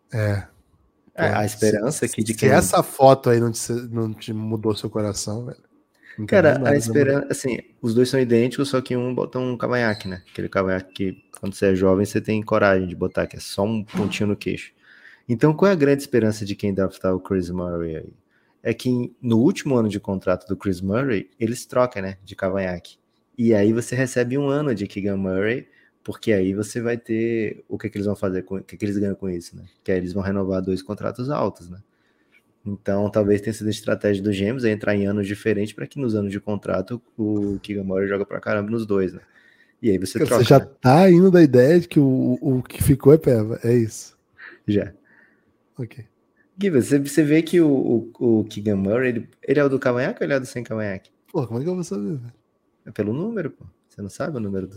A esperança aqui de quem... Se essa foto aí não te mudou seu coração, velho. Cara, a esperança, assim, os dois são idênticos, só que um bota um cavanhaque, né? Aquele cavanhaque que, quando você é jovem, você tem coragem de botar, que é só um pontinho no queixo. Então, qual é a grande esperança de quem draftar o Chris Murray aí? É que no último ano de contrato do Chris Murray, eles trocam, né, de cavanhaque. E aí você recebe 1 ano de Keegan Murray, porque aí você vai ter... O que eles vão fazer? O que eles ganham com isso, né? Que aí eles vão renovar 2 contratos altos, né? Então, talvez tenha sido a estratégia dos Gêmeos é entrar em anos diferentes para que nos anos de contrato o Keegan Murray joga pra caramba nos 2, né? E aí você troca. Você já tá indo da ideia de que o que ficou é peva, é isso? Já. Ok. Gui, você vê que o Keegan Murray, ele é o do cavanhaque ou ele é o do sem cavanhaque? Pô, como é que eu vou saber, velho? É pelo número, pô. Você não sabe o número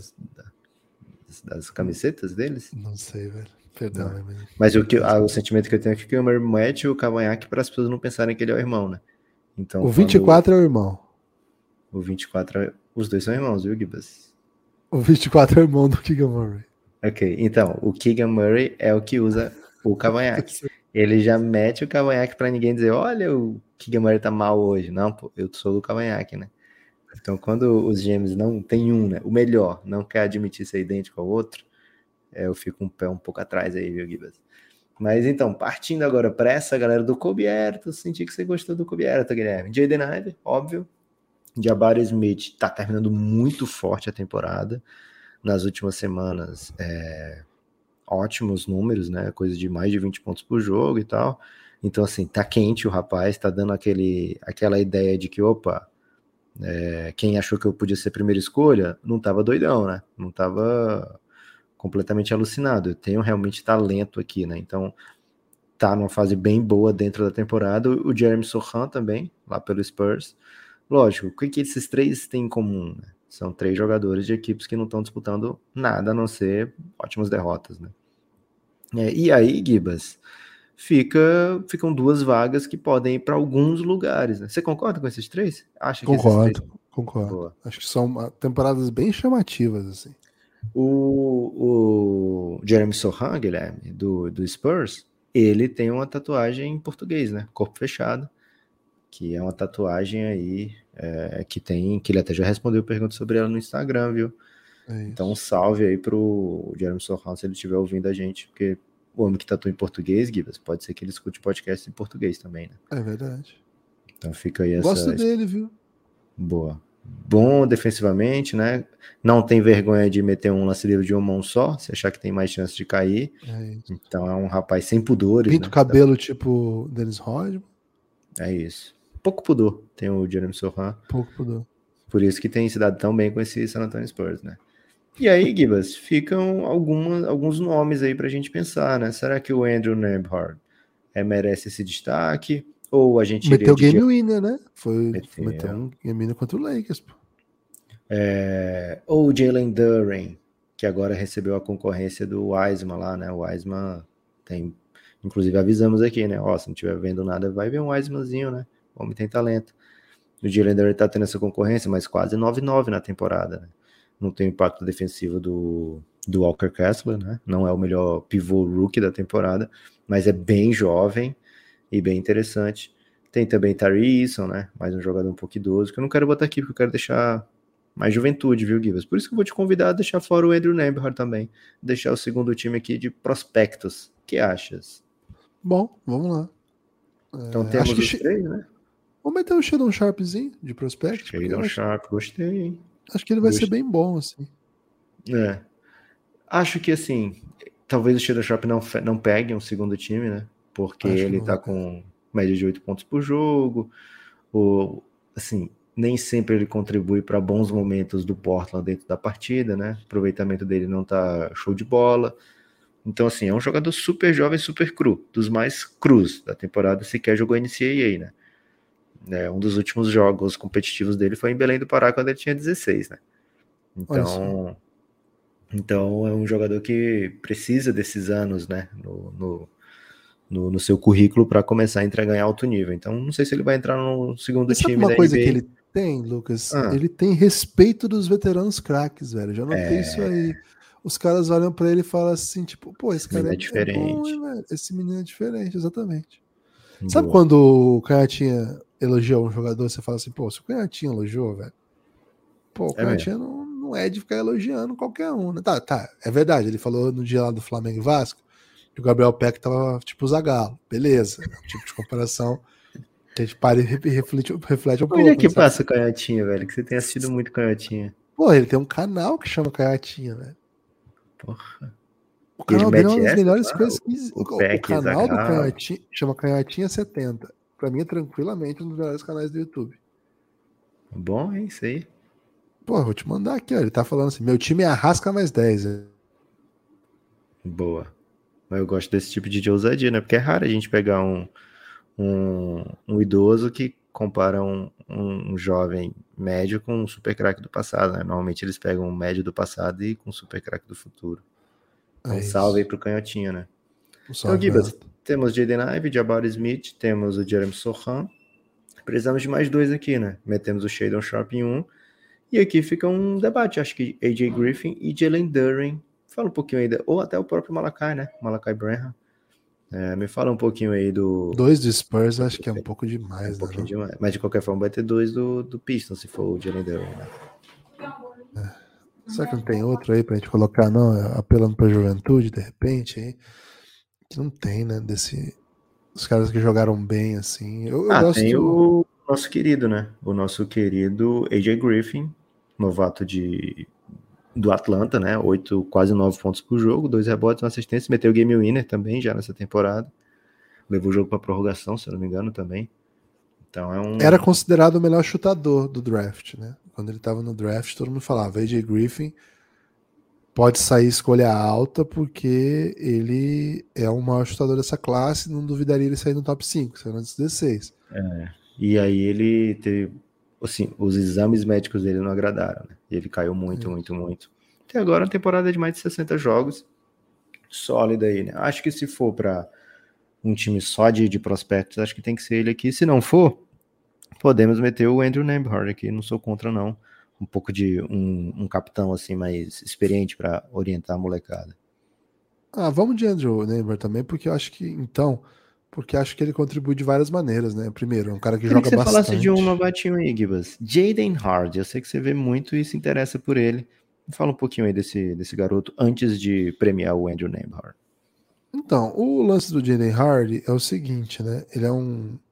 das camisetas deles? Não sei, velho. Perdão, mas o sentimento que eu tenho é que o Keegan Murray mete o cavanhaque para as pessoas não pensarem que ele é o irmão, né? Então, o 24 é o irmão. O 24, os dois são irmãos, viu, Gibas? O 24 é o irmão do Keegan Murray. Ok, então, o Keegan Murray é o que usa o cavanhaque. Ele já mete o cavanhaque para ninguém dizer, olha, o Keegan Murray tá mal hoje. Não, pô, eu sou do cavanhaque, né? Então, quando os gêmeos não tem um, né? O melhor, não quer admitir ser idêntico ao outro, eu fico um pé um pouco atrás aí, viu, Gibas? Mas então, partindo agora para essa galera do Kobiera, senti que você gostou do Kobiera, Guilherme. Jaden Ivey, óbvio. Jabari Smith tá terminando muito forte a temporada. Nas últimas semanas, ótimos números, né? Coisa de mais de 20 pontos por jogo e tal. Então, assim, tá quente o rapaz, tá dando aquela ideia de que, opa, quem achou que eu podia ser primeira escolha, não tava doidão, né? Não tava completamente alucinado. Eu tenho realmente talento aqui, né? Então, tá numa fase bem boa dentro da temporada. O Jeremy Sohan também, lá pelo Spurs. Lógico, o que esses 3 têm em comum, né? São 3 jogadores de equipes que não estão disputando nada, a não ser ótimas derrotas, né? E aí, Gibas, ficam 2 vagas que podem ir para alguns lugares, né? Você concorda com esses 3? Concordo. Boa. Acho que são temporadas bem chamativas, assim. O Jeremy Sohan, Guilherme, do Spurs, ele tem uma tatuagem em português, né? Corpo fechado, que é uma tatuagem aí que ele até já respondeu perguntas sobre ela no Instagram, viu? Então um salve aí pro Jeremy Sohan, se ele estiver ouvindo a gente, porque o homem que tatua em português, Gibas, pode ser que ele escute podcast em português também, né? É verdade. Então fica aí essa... Gosto dele, viu? Boa. Bom defensivamente, né? Não tem vergonha de meter um lance livre de uma mão só, se achar que tem mais chance de cair. Então é um rapaz sem pudores. Pinta o cabelo tipo Dennis Rodman. É isso. Pouco pudor tem o Jeremy Sohan. Pouco pudor. Por isso que tem se dado tão bem com esse San Antonio Spurs, né? E aí, Gibas, ficam alguns nomes aí pra gente pensar, né? Será que o Andrew Nembhard merece esse destaque? Ou a gente meteu game winner, né? Meteu um game winner contra o Lakers, pô. Ou o Jalen Duren, que agora recebeu a concorrência do Wiseman lá, né? O Wiseman tem... Inclusive avisamos aqui, né? Se não estiver vendo nada, vai ver um Wisemanzinho, né? O homem tem talento. O Jalen Duren tá tendo essa concorrência, mas quase 9-9 na temporada, né? Não tem o impacto defensivo do Walker Kessler, né? Não é o melhor pivô rookie da temporada, mas é bem jovem e bem interessante. Tem também Tari Eason, né? Mais um jogador um pouco idoso, que eu não quero botar aqui, porque eu quero deixar mais juventude, viu, Gibas? Por isso que eu vou te convidar a deixar fora o Andrew Nembhard também. Deixar o segundo time aqui de prospectos. O que achas? Bom, vamos lá. Então temos os três, né? Vamos meter um Shadon Sharpzinho de prospect. Shadon Sharp, gostei, hein? Acho que ele vai ser bem bom, assim. Acho que, assim, talvez o Shadon Sharp não pegue um segundo time, né? Porque ele tá com média de 8 pontos por jogo. Assim, nem sempre ele contribui para bons momentos do Portland dentro da partida, né? O aproveitamento dele não tá show de bola. Então, assim, é um jogador super jovem, super cru, dos mais crus da temporada, sequer jogou NCAA, né? Um dos últimos jogos competitivos dele foi em Belém do Pará, quando ele tinha 16, né? Então é um jogador que precisa desses anos, né, no seu currículo para começar a entregar em alto nível. Então não sei se ele vai entrar no segundo time da NBA. Sabe uma coisa que ele tem, Lucas? Ele tem respeito dos veteranos craques, velho. Já notei isso aí. Os caras olham pra ele e falam assim, tipo, pô, esse cara é diferente. Bom, hein, velho? Esse menino é diferente, exatamente. Boa. Sabe quando o Canhotinha elogiou um jogador, você fala assim, pô, se o Canhotinha elogiou, velho, pô, o Canhotinha não é de ficar elogiando qualquer um, né? Tá, é verdade, ele falou no dia lá do Flamengo e Vasco que o Gabriel Peck tava tipo o Zagallo, beleza, é um tipo de comparação que a gente para e reflete um pouco. Onde é que passa o Canhotinha, velho? Que você tem assistido muito Canhotinha. Pô, ele tem um canal que chama Canhotinha, velho. Porra. O canal dele é uma das melhores coisas que o canal do Canhotinha chama Canhotinha 70. Pra mim é tranquilamente um dos melhores canais do YouTube. Bom, é isso aí. Pô, vou te mandar aqui, ó. Ele tá falando assim, meu time é Arrasca mais 10. Boa. Mas eu gosto desse tipo de ousadia, né? Porque é raro a gente pegar um idoso que compara um jovem médio com um super craque do passado, né? Normalmente eles pegam um médio do passado e com um super craque do futuro. Então salve aí pro Canhotinha, né? Então, Gibas, temos Jaden Ivey, Jabari Smith, temos o Jeremy Sohan. Precisamos de mais dois aqui, né? Metemos o Shadon Sharp em um. E aqui fica um debate, acho que AJ Griffin e Jalen Duren. Fala um pouquinho aí, ou até o próprio Malachi, né? Malachi Branham. Me fala um pouquinho aí do... 2 do Spurs, acho que é um pouco demais, um pouquinho demais. Mas de qualquer forma vai ter 2 do Pistons, se for o Jalen Duren, né? Será que não tem outro aí pra gente colocar, não? Apelando pra juventude, de repente, aí? Que não tem, né? Os caras que jogaram bem, assim. Eu gosto tem o nosso querido, né? O nosso querido AJ Griffin, novato do Atlanta, né? 8, quase 9 pontos por jogo, 2 rebotes, 1 assistência, meteu o game winner também já nessa temporada. Levou o jogo para prorrogação, se eu não me engano, também. Então Era considerado o melhor chutador do draft, né? Quando ele estava no draft, todo mundo falava, AJ Griffin pode sair escolha alta porque ele é o maior chutador dessa classe, não duvidaria ele sair no top 5, saindo antes dos 16. E aí ele teve, assim, os exames médicos dele não agradaram, né? E ele caiu muito. Até agora, uma temporada de mais de 60 jogos, sólida aí, né? Acho que se for para um time só de prospectos, acho que tem que ser ele aqui. Se não for, podemos meter o Andrew Nembhard aqui, não sou contra não. Um pouco de um capitão assim mais experiente para orientar a molecada. Vamos de Andrew Nembhard também, porque eu acho que acho que ele contribui de várias maneiras, né? Primeiro, é um cara que joga bastante. Eu queria que você falasse de um novatinho aí, Gibas. Jaden Hard, eu sei que você vê muito e se interessa por ele. Fala um pouquinho aí desse garoto antes de premiar o Andrew Nembhard. Então, o lance do Jaden Hard é o seguinte, né? Ele é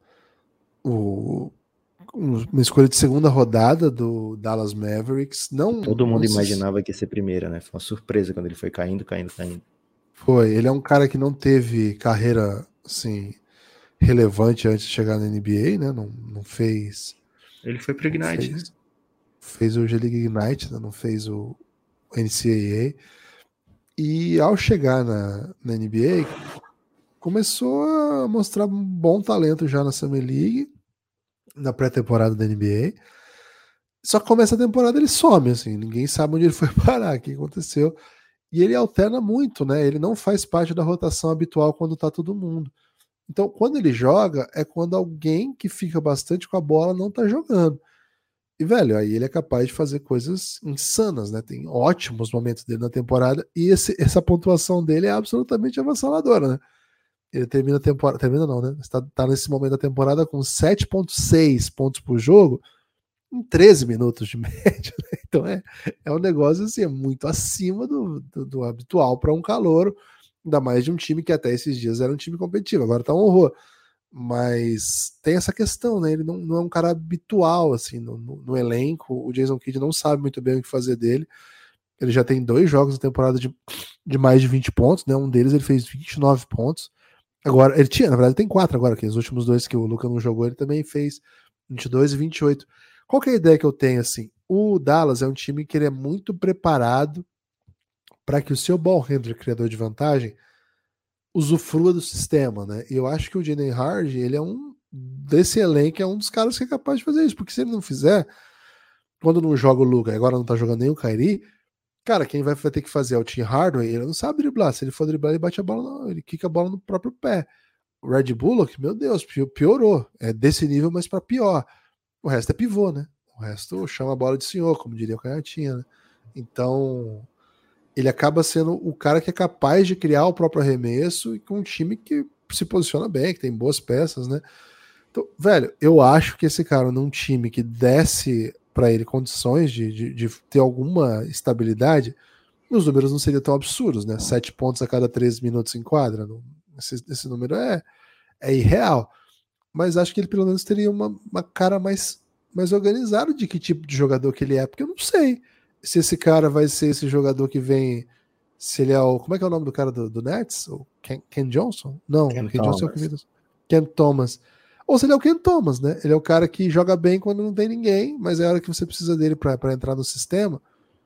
uma escolha de segunda rodada do Dallas Mavericks. Todo mundo imaginava que ia ser primeira, né? Foi uma surpresa quando ele foi caindo. Foi, ele é um cara que não teve carreira, assim, relevante antes de chegar na NBA, né? Não fez... Ele foi pro Ignite, né? Fez o G-League Ignite, né? Não fez o NCAA. E ao chegar na NBA, começou a mostrar um bom talento já na Summer League, na pré-temporada da NBA. Só que começa a temporada ele some, assim, ninguém sabe onde ele foi parar, o que aconteceu. E ele alterna muito, né? Ele não faz parte da rotação habitual quando tá todo mundo. Então, quando ele joga, é quando alguém que fica bastante com a bola não tá jogando. E, velho, aí ele é capaz de fazer coisas insanas, né? Tem ótimos momentos dele na temporada e essa pontuação dele é absolutamente avassaladora, né? Ele termina a temporada. Termina não, né? Tá nesse momento da temporada com 7,6 pontos por jogo em 13 minutos de média, né? Então é um negócio assim, é muito acima do habitual para um calouro, ainda mais de um time que até esses dias era um time competitivo, agora tá um horror. Mas tem essa questão, né? Ele não é um cara habitual assim no elenco. O Jason Kidd não sabe muito bem o que fazer dele. Ele já tem 2 jogos na temporada de mais de 20 pontos, né? Um deles ele fez 29 pontos. Agora, ele tinha, na verdade, tem 4 agora, que os últimos 2 que o Luka não jogou, ele também fez 22 e 28. Qual que é a ideia que eu tenho, assim? O Dallas é um time que ele é muito preparado para que o seu ball handler, criador de vantagem, usufrua do sistema, né? E eu acho que o Jaden Hardy, ele é desse elenco, é um dos caras que é capaz de fazer isso, porque se ele não fizer, quando não joga o Luka, agora não tá jogando nem o Kyrie, cara, quem vai ter que fazer é o Tim Hardaway, ele não sabe driblar, se ele for driblar, ele bate a bola, ele quica a bola no próprio pé. O Red Bullock, meu Deus, piorou, é desse nível, mas para pior. O resto é pivô, né? O resto chama a bola de senhor, como diria o Canhotinha, né? Então, ele acaba sendo o cara que é capaz de criar o próprio arremesso e com um time que se posiciona bem, que tem boas peças, né? Então, velho, eu acho que esse cara num time que desse para ele condições de ter alguma estabilidade, os números não seriam tão absurdos, né? 7 pontos a cada 13 minutos em quadra. Esse número é irreal. Mas acho que ele pelo menos teria uma cara mais organizada de que tipo de jogador que ele é, porque eu não sei se esse cara vai ser esse jogador que vem, se ele é o, como é que é o nome do cara do Nets? O Ken Johnson? Não, Ken Ken Johnson é o que Ken Thomas. Ou se ele é o Ken Thomas, né? Ele é o cara que joga bem quando não tem ninguém, mas é a hora que você precisa dele para entrar no sistema.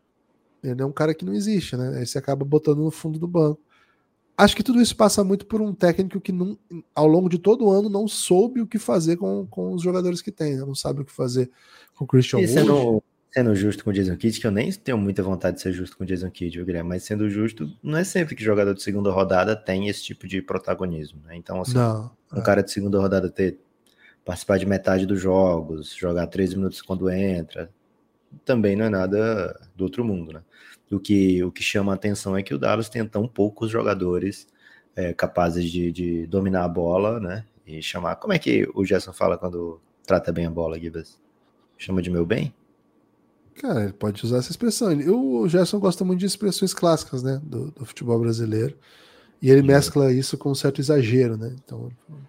Ele é um cara que não existe, né? Aí você acaba botando no fundo do banco. Acho que tudo isso passa muito por um técnico que ao longo de todo o ano não soube o que fazer com os jogadores que tem, né? Não sabe o que fazer com o Christian Wood. Sendo justo com o Jason Kidd, que eu nem tenho muita vontade de ser justo com o Jason Kidd, viu, Guilherme? Mas sendo justo, não é sempre que jogador de segunda rodada tem esse tipo de protagonismo, né? Então, assim, cara de segunda rodada participar de metade dos jogos, jogar 13 minutos quando entra, também não é nada do outro mundo, né? O que chama a atenção é que o Dallas tem tão poucos jogadores capazes de dominar a bola, né? E chamar... Como é que o Gerson fala quando trata bem a bola, Gibas? Chama de meu bem? Cara, ele pode usar essa expressão. O Gerson gosta muito de expressões clássicas, né? Do futebol brasileiro. E ele mescla isso com um certo exagero, né? Então,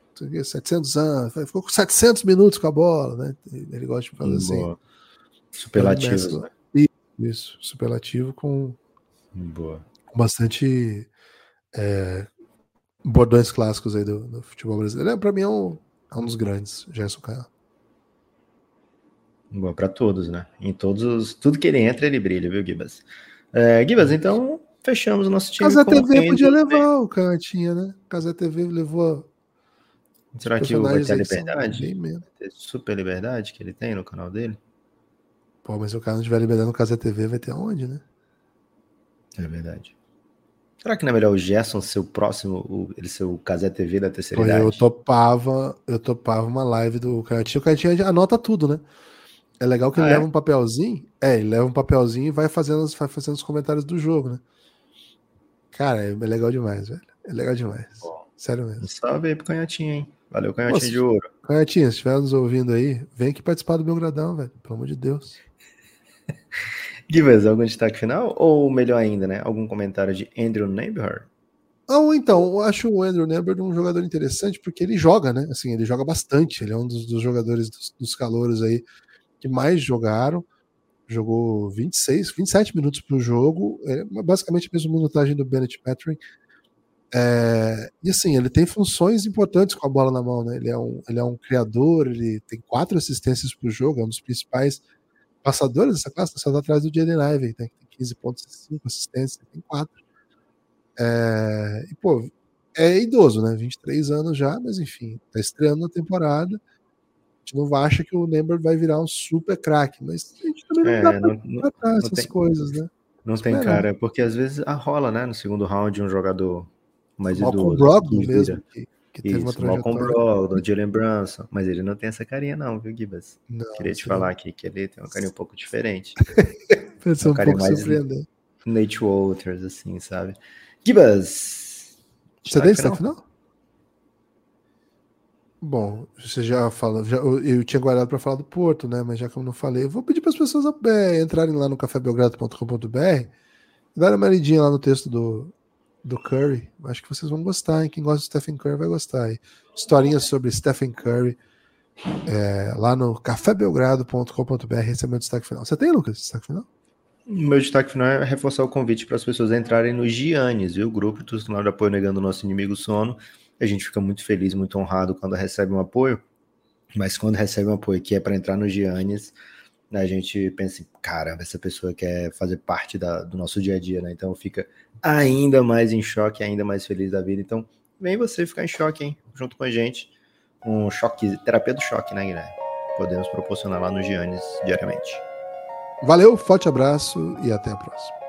700 anos, ficou com 700 minutos com a bola, né? Ele gosta de fazer assim. Superlativos, né? Isso, superlativo com Boa. Bastante bordões clássicos aí do futebol brasileiro. Pra mim é um dos grandes, Gerson Caio. Boa pra todos, né? Tudo que ele entra, ele brilha, viu, Gibas? Gibas, então fechamos o nosso time. Casa TV podia levar o Canhotinha, né? Casa TV levou. Será que vai ter a liberdade? Vai ter super liberdade que ele tem no canal dele? Pô, mas se o cara não tiver liberdade no Casa TV, vai ter aonde, né? É verdade. Será que não é melhor o Gerson ser o próximo, ele ser o Casa TV da terceira idade? Eu topava uma live do Canhotinha. O Canhotinha anota tudo, né? É legal que ele leva um papelzinho. Ele leva um papelzinho e vai fazendo os comentários do jogo, né? Cara, é legal demais, velho. É legal demais. Bom, sério mesmo. Um salve aí pro Canhotinha, hein? Valeu, Canhotinha de ouro. Canhotinha, se estiver nos ouvindo aí, vem aqui participar do Belgradão, velho. Pelo amor de Deus. Gibas, algum destaque final? Ou melhor ainda, né? Algum comentário de Andrew Nembhard? Então, eu acho o Andrew Nembhard um jogador interessante porque ele joga, né? Assim, ele joga bastante. Ele é um dos jogadores dos calouros aí que mais jogaram. Jogou 27 minutos pro jogo. É basicamente a mesma minutagem do Bennett Mathurin. E assim, ele tem funções importantes com a bola na mão, né? Ele é um criador, ele tem 4 assistências por jogo, é um dos principais passadores dessa classe, só tá atrás do Jaden Ivey, tem 15 pontos e 5 assistências, tem 4. E pô, é idoso, né? 23 anos já, mas enfim, tá estreando na temporada. A gente não acha que o Nembhard vai virar um super craque, mas a gente também não dá pra essas coisas, né? Não tem cara, porque às vezes rola, né? No segundo round, um jogador mais idoso. Malcolm Brogdon mesmo, Que teve uma Isso, Malcolm trajetória. Brogdon, Jalen Brunson. Mas ele não tem essa carinha não, viu, Gibas? Não, Queria te falar aqui que ele tem uma carinha um pouco diferente. Pensei um carinha pouco mais surpreendente. Nate Walters, assim, sabe? Gibas! Você tem destaque final? Bom, você já falou, eu tinha guardado para falar do Porto, né? Mas já que eu não falei, eu vou pedir para as pessoas entrarem lá no cafébelgrado.com.br e darem uma lidinha lá no texto do Curry. Acho que vocês vão gostar, hein? Quem gosta de Stephen Curry vai gostar. Hein? Historinhas sobre Stephen Curry lá no cafébelgrado.com.br. Esse é meu destaque final. Você tem, Lucas, destaque final? Meu destaque final é reforçar o convite para as pessoas entrarem no Giannis, viu? O grupo institucional de apoio negando o nosso inimigo sono. A gente fica muito feliz, muito honrado quando recebe um apoio, mas quando recebe um apoio que é para entrar no Giannis, a gente pensa assim, caramba, essa pessoa quer fazer parte do nosso dia a dia, né? Então fica ainda mais em choque, ainda mais feliz da vida. Então vem você ficar em choque, hein? Junto com a gente. Um choque, terapia do choque, né, Guilherme? Podemos proporcionar lá no Giannis diariamente. Valeu, forte abraço e até a próxima.